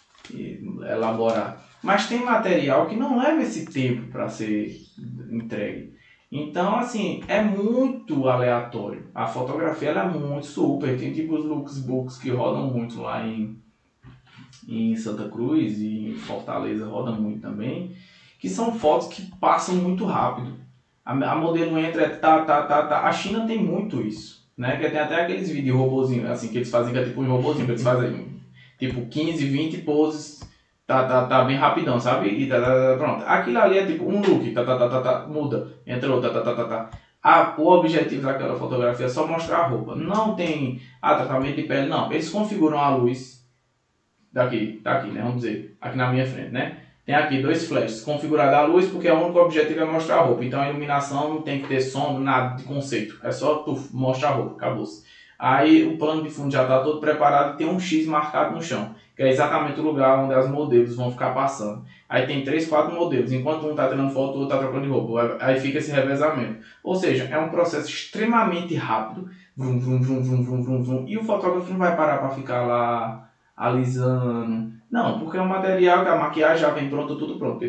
elaborar. Mas tem material que não leva esse tempo para ser entregue. Então, assim, é muito aleatório. A fotografia ela é muito super. Tem tipo os lookbooks que rodam muito lá em Santa Cruz e em Fortaleza roda muito também, que são fotos que passam muito rápido. A modelo entra, tá. A China tem muito isso, né? Que tem até aqueles vídeos robozinhos, assim, que eles fazem, que é tipo um robozinho, que eles fazem tipo 15, 20 poses, tá bem rapidão, sabe? E pronto. Aquilo ali é tipo um look, muda, entrou, o objetivo daquela fotografia é só mostrar a roupa. Não tem tratamento de pele, não. Eles configuram a luz daqui, né? Vamos dizer, aqui na minha frente, né? Tem aqui dois flashes, configurada a luz, porque o único objetivo é mostrar a roupa. Então a iluminação não tem que ter sombra, nada de conceito. É só tu mostrar a roupa, acabou-se. Aí o plano de fundo já está todo preparado e tem um X marcado no chão, que é exatamente o lugar onde as modelos vão ficar passando. Aí tem 3, 4 modelos, enquanto um está tirando foto, o outro está trocando de roupa. Aí fica esse revezamento. Ou seja, é um processo extremamente rápido, vrum, vrum, vrum, vrum, vrum, vrum, vrum, e o fotógrafo não vai parar para ficar lá alisando. Não, porque é um material que a maquiagem já vem pronta, tudo pronto.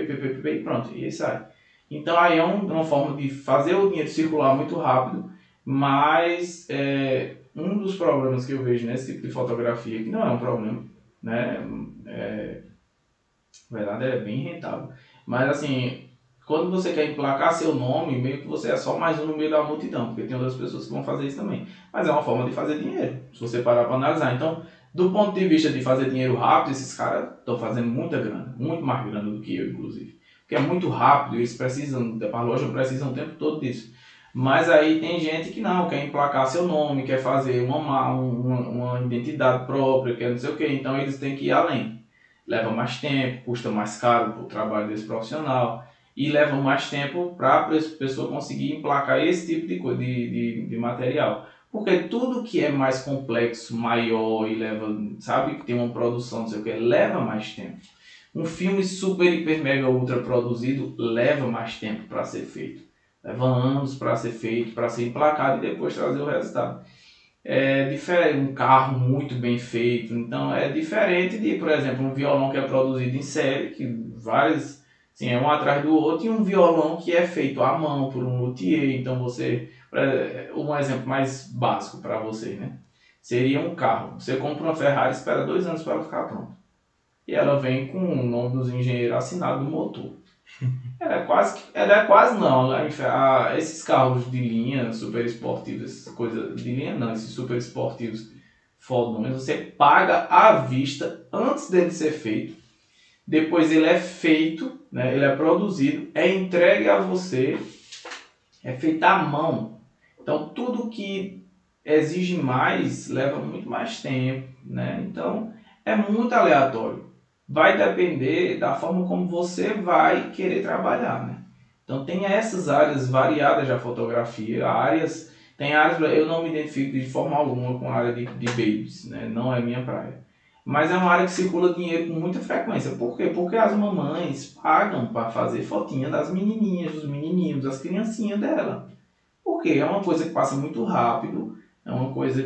E pronto, e sai. Então aí é uma forma de fazer o dinheiro circular muito rápido, Mas um dos problemas que eu vejo nesse tipo de fotografia, que não é um problema, né? Na verdade é bem rentável. Mas assim, quando você quer emplacar seu nome, meio que você é só mais um no meio da multidão, porque tem outras pessoas que vão fazer isso também. Mas é uma forma de fazer dinheiro, se você parar para analisar. Então, do ponto de vista de fazer dinheiro rápido, esses caras estão fazendo muita grana, muito mais grana do que eu, inclusive. Porque é muito rápido, eles precisam, a loja precisa o tempo todo disso. Mas aí tem gente que não, quer emplacar seu nome, quer fazer uma identidade própria, quer não sei o que, então eles têm que ir além. Leva mais tempo, custa mais caro para o trabalho desse profissional e leva mais tempo para a pessoa conseguir emplacar esse tipo de coisa, de material. Porque tudo que é mais complexo, maior e leva, sabe, que tem uma produção, não sei o que, leva mais tempo. Um filme super, hiper, mega, ultra produzido leva mais tempo para ser feito. Leva anos para ser feito, para ser emplacado e depois trazer o resultado. É diferente, um carro muito bem feito, então é diferente de, por exemplo, um violão que é produzido em série, que vários, assim, é um atrás do outro, e um violão que é feito à mão por um luthier. Então você, um exemplo mais básico para você, né? Seria um carro. Você compra uma Ferrari, espera 2 anos para ela ficar pronta. E ela vem com o nome dos engenheiros assinado no motor. Ela é quase não. Esses carros de linha super esportivos, essas coisas de linha não, esses super esportivos fodões, você paga à vista antes dele ser feito. Depois ele é feito, né, ele é produzido, é entregue a você, é feito à mão. Então tudo que exige mais leva muito mais tempo, né? Então é muito aleatório. Vai depender da forma como você vai querer trabalhar, né? Então tem essas áreas variadas da fotografia, tem áreas, eu não me identifico de forma alguma com a área de babies, né? Não é minha praia. Mas é uma área que circula dinheiro com muita frequência. Por quê? Porque as mamães pagam para fazer fotinha das menininhas, dos menininhos, das criancinhas dela. Porque é uma coisa que passa muito rápido, é uma coisa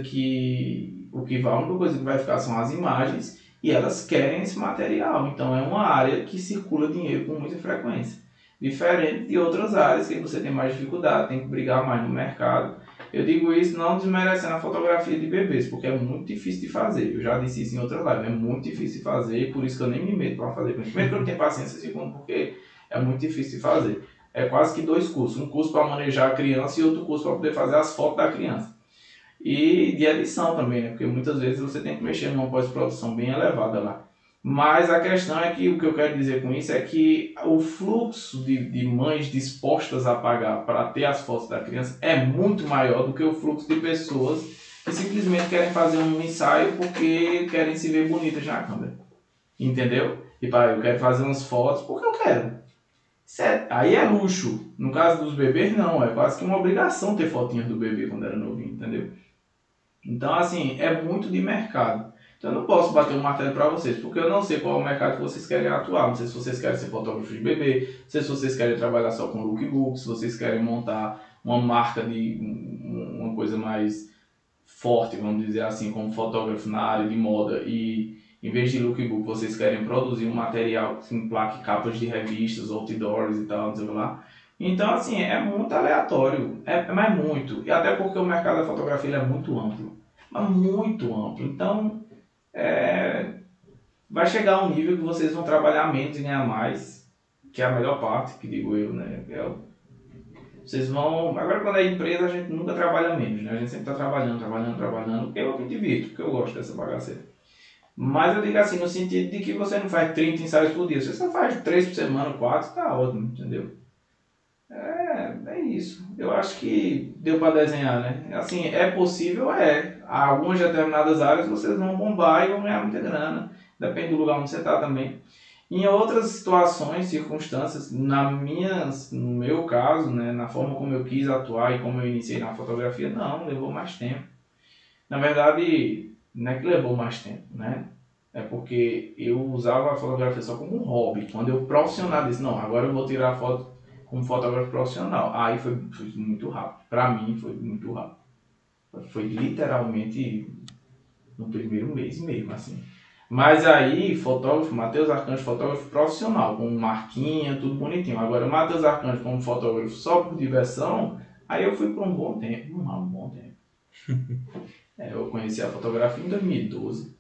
que a única coisa que vai ficar são as imagens e elas querem esse material. Então é uma área que circula dinheiro com muita frequência. Diferente de outras áreas que você tem mais dificuldade, tem que brigar mais no mercado. Eu digo isso não desmerecendo a fotografia de bebês, porque é muito difícil de fazer. Eu já disse isso em outras lives, é muito difícil de fazer, por isso que eu nem me meto para fazer. Primeiro que eu não tenho paciência, segundo porque é muito difícil de fazer. É quase que 2 cursos. Um curso para manejar a criança e outro curso para poder fazer as fotos da criança. E de edição também, né? Porque muitas vezes você tem que mexer numa pós-produção bem elevada lá. Mas a questão é que o que eu quero dizer com isso é que o fluxo de mães dispostas a pagar para ter as fotos da criança é muito maior do que o fluxo de pessoas que simplesmente querem fazer um ensaio porque querem se ver bonitas na câmera. Entendeu? Tipo, eu quero fazer umas fotos porque eu quero. Aí é luxo. No caso dos bebês, não. É quase que uma obrigação ter fotinhas do bebê quando era novinho, entendeu? Então, assim, é muito de mercado. Então, eu não posso bater um martelo para vocês, porque eu não sei qual é o mercado que vocês querem atuar. Não sei se vocês querem ser fotógrafos de bebê, não sei se vocês querem trabalhar só com lookbook, se vocês querem montar uma marca de uma coisa mais forte, vamos dizer assim, como fotógrafo na área de moda e em vez de lookbook, vocês querem produzir um material que emplaque capas de revistas, outdoors e tal, não sei lá. Então, assim, é muito aleatório, mas muito. E até porque o mercado da fotografia ele é muito amplo, mas muito amplo. Então, vai chegar um nível que vocês vão trabalhar menos e ganhar mais, que é a melhor parte, que digo eu, né? Vocês vão... Agora, quando é empresa, a gente nunca trabalha menos, né? A gente sempre está trabalhando, porque eu me divirto, porque eu gosto dessa bagaceira. Mas eu digo assim, no sentido de que você não faz 30 ensaios por dia, você só faz 3 por semana, 4, tá ótimo, entendeu? É isso. Eu acho que deu para desenhar, né? Assim, é possível, é. Algumas determinadas áreas vocês vão bombar e vão ganhar muita grana. Depende do lugar onde você está também. Em outras situações, circunstâncias, no meu caso, né, na forma como eu quis atuar e como eu iniciei na fotografia, não, levou mais tempo. Na verdade, não é que levou mais tempo, né? É porque eu usava a fotografia só como um hobby. Quando eu profissionalizei, não, agora eu vou tirar foto como fotógrafo profissional. Aí foi muito rápido. Pra mim foi muito rápido. Foi literalmente no primeiro mês mesmo, assim. Mas aí, Matheus Arcanjo, fotógrafo profissional, com marquinha, tudo bonitinho. Agora, Matheus Arcanjo como fotógrafo só por diversão, Aí eu fui por um bom tempo, eu conheci a fotografia em 2012.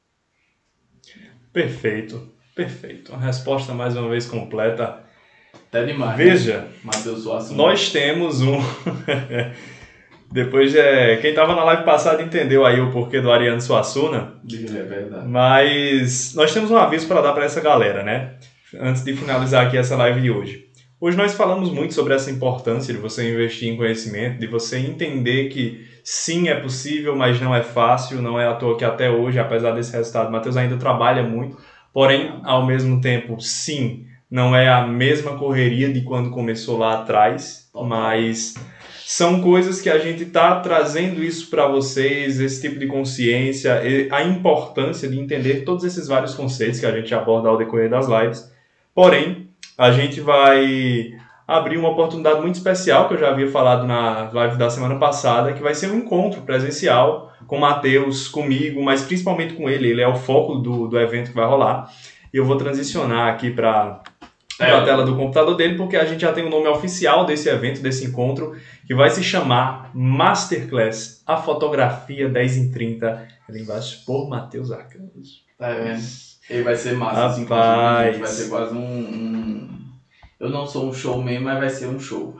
Perfeito, perfeito. Uma resposta mais uma vez completa. Até demais. Veja, né? Matheus Suassuna. nós temos um... Depois, quem estava na live passada entendeu aí o porquê do Ariano Suassuna. É verdade. Mas nós temos um aviso para dar para essa galera, né? Antes de finalizar aqui essa live de hoje. Hoje nós falamos muito sobre essa importância de você investir em conhecimento, de você entender que sim, é possível, mas não é fácil, não é à toa que até hoje, apesar desse resultado, o Matheus ainda trabalha muito, porém, ao mesmo tempo, sim, não é a mesma correria de quando começou lá atrás, mas são coisas que a gente está trazendo isso para vocês, esse tipo de consciência, a importância de entender todos esses vários conceitos que a gente aborda ao decorrer das lives, porém, a gente vai abrir uma oportunidade muito especial, que eu já havia falado na live da semana passada, que vai ser um encontro presencial com o Matheus, comigo, mas principalmente com ele. Ele é o foco do evento que vai rolar. E eu vou transicionar aqui para a tela do computador dele, porque a gente já tem o nome oficial desse evento, desse encontro, que vai se chamar Masterclass, a fotografia 10 em 30, ali embaixo, por Matheus Arcanjo. Tá vendo? Ele vai ser massa, Rapaz. assim, vai ser quase Eu não sou um showman, mas vai ser um show.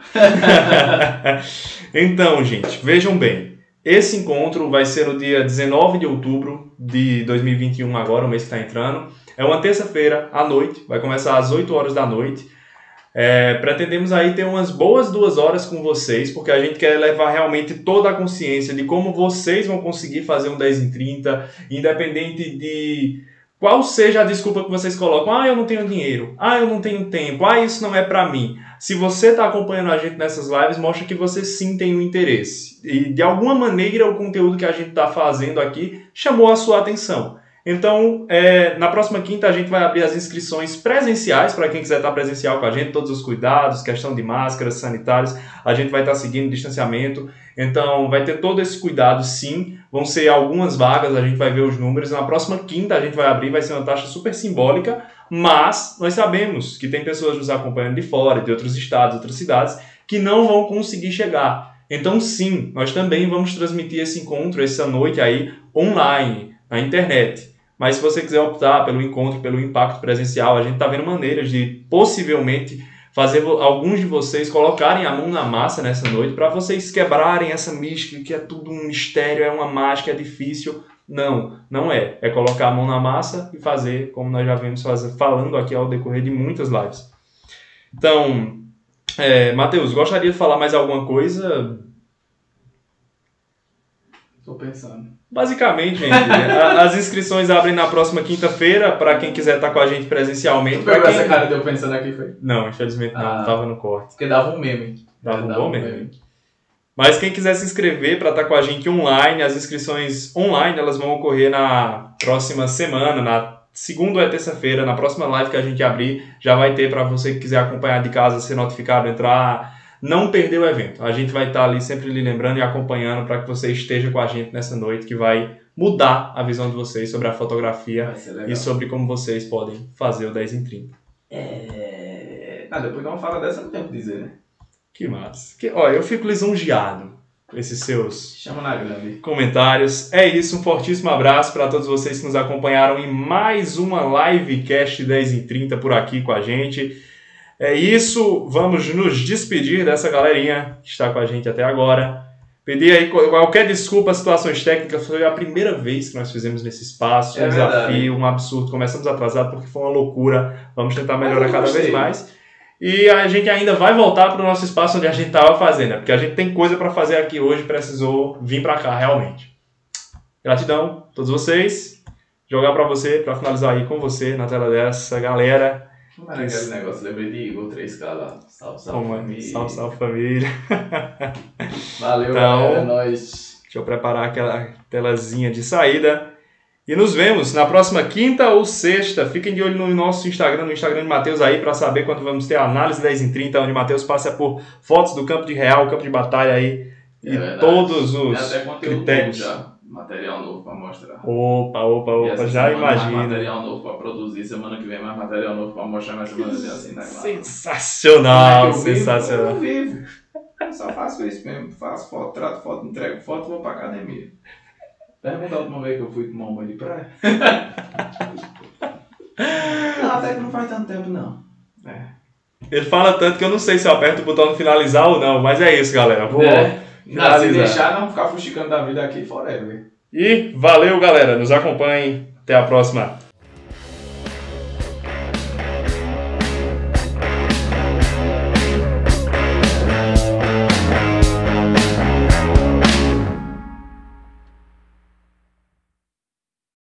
Então, gente, vejam bem. Esse encontro vai ser no dia 19 de outubro de 2021, agora, o mês que está entrando. É uma terça-feira, à noite, vai começar às 8 horas da noite. Pretendemos aí ter umas boas 2 horas com vocês, porque a gente quer levar realmente toda a consciência de como vocês vão conseguir fazer um 10 em 30, independente de qual seja a desculpa que vocês colocam. Eu não tenho dinheiro, eu não tenho tempo, isso não é pra mim. Se você está acompanhando a gente nessas lives, mostra que você sim tem um interesse. E de alguma maneira o conteúdo que a gente está fazendo aqui chamou a sua atenção. Então, na próxima quinta a gente vai abrir as inscrições presenciais para quem quiser estar presencial com a gente, todos os cuidados, questão de máscaras sanitárias, a gente vai estar seguindo o distanciamento, então vai ter todo esse cuidado sim, vão ser algumas vagas, a gente vai ver os números, na próxima quinta a gente vai abrir, vai ser uma taxa super simbólica, mas nós sabemos que tem pessoas nos acompanhando de fora, de outros estados, outras cidades, que não vão conseguir chegar. Então sim, nós também vamos transmitir esse encontro, essa noite aí, online, na internet. Mas se você quiser optar pelo encontro, pelo impacto presencial, a gente está vendo maneiras de possivelmente fazer alguns de vocês colocarem a mão na massa nessa noite para vocês quebrarem essa mística que é tudo um mistério, é uma mágica, é difícil. Não, não é. É colocar a mão na massa e fazer como nós já vemos falando aqui ao decorrer de muitas lives. Então, Matheus, gostaria de falar mais alguma coisa? Estou pensando. Basicamente, gente, as inscrições abrem na próxima quinta-feira para quem quiser estar com a gente presencialmente. Tu pegou essa cara de eu pensando aqui, foi? Não, infelizmente não, estava no corte. Porque dava um meme. Dava um bom meme. Mas quem quiser se inscrever para estar com a gente online, as inscrições online elas vão ocorrer na próxima semana, na segunda ou terça-feira, na próxima live que a gente abrir, já vai ter para você que quiser acompanhar de casa, ser notificado, entrar, não perder o evento. A gente vai estar ali sempre lhe lembrando e acompanhando para que você esteja com a gente nessa noite, que vai mudar a visão de vocês sobre a fotografia e sobre como vocês podem fazer o 10 em 30. Depois de uma fala dessa não tem o que dizer, né? Que massa. Eu fico lisonjeado com esses seus Chama na grande. comentários. É isso, um fortíssimo abraço para todos vocês que nos acompanharam em mais uma livecast 10 em 30 por aqui com a gente. É isso, vamos nos despedir dessa galerinha que está com a gente até agora. Pedir aí qualquer desculpa, situações técnicas, foi a primeira vez que nós fizemos nesse espaço, um desafio, um absurdo. Começamos atrasado porque foi uma loucura, vamos tentar melhorar cada vez mais. E a gente ainda vai voltar para o nosso espaço onde a gente estava fazendo, né? Porque a gente tem coisa para fazer aqui hoje, precisou vir para cá realmente. Gratidão a todos vocês, jogar para você, para finalizar aí com você na tela dessa galera. Como era aquele negócio? Lembrei de Igor 3K lá. Salve, salve família. Salve, salve família. Valeu, então, galera. É nóis. Deixa eu preparar aquela telazinha de saída. E nos vemos na próxima quinta ou sexta. Fiquem de olho no nosso Instagram, no Instagram de Matheus aí, para saber quando vamos ter a análise 10 em 30, onde Matheus passa por fotos do campo de real, campo de batalha aí. E todos os critérios. Já. Material novo para mostrar. Opa, já imagina. Mais material novo para produzir, semana que vem mais material novo para mostrar, mais semana que vem assim, né? Sensacional, sensacional. Eu vivo. Eu só faço isso mesmo. Faço foto, trato foto, entrego foto e vou pra academia. Pergunta a última vez que eu fui tomar um banho de praia. Não, até que não faz tanto tempo, não. Ele fala tanto que eu não sei se eu aperto o botão de finalizar ou não, mas é isso, galera. Vou Não, se deixar, não ficar fuxicando da vida aqui forever. E valeu, galera. Nos acompanhem. Até a próxima.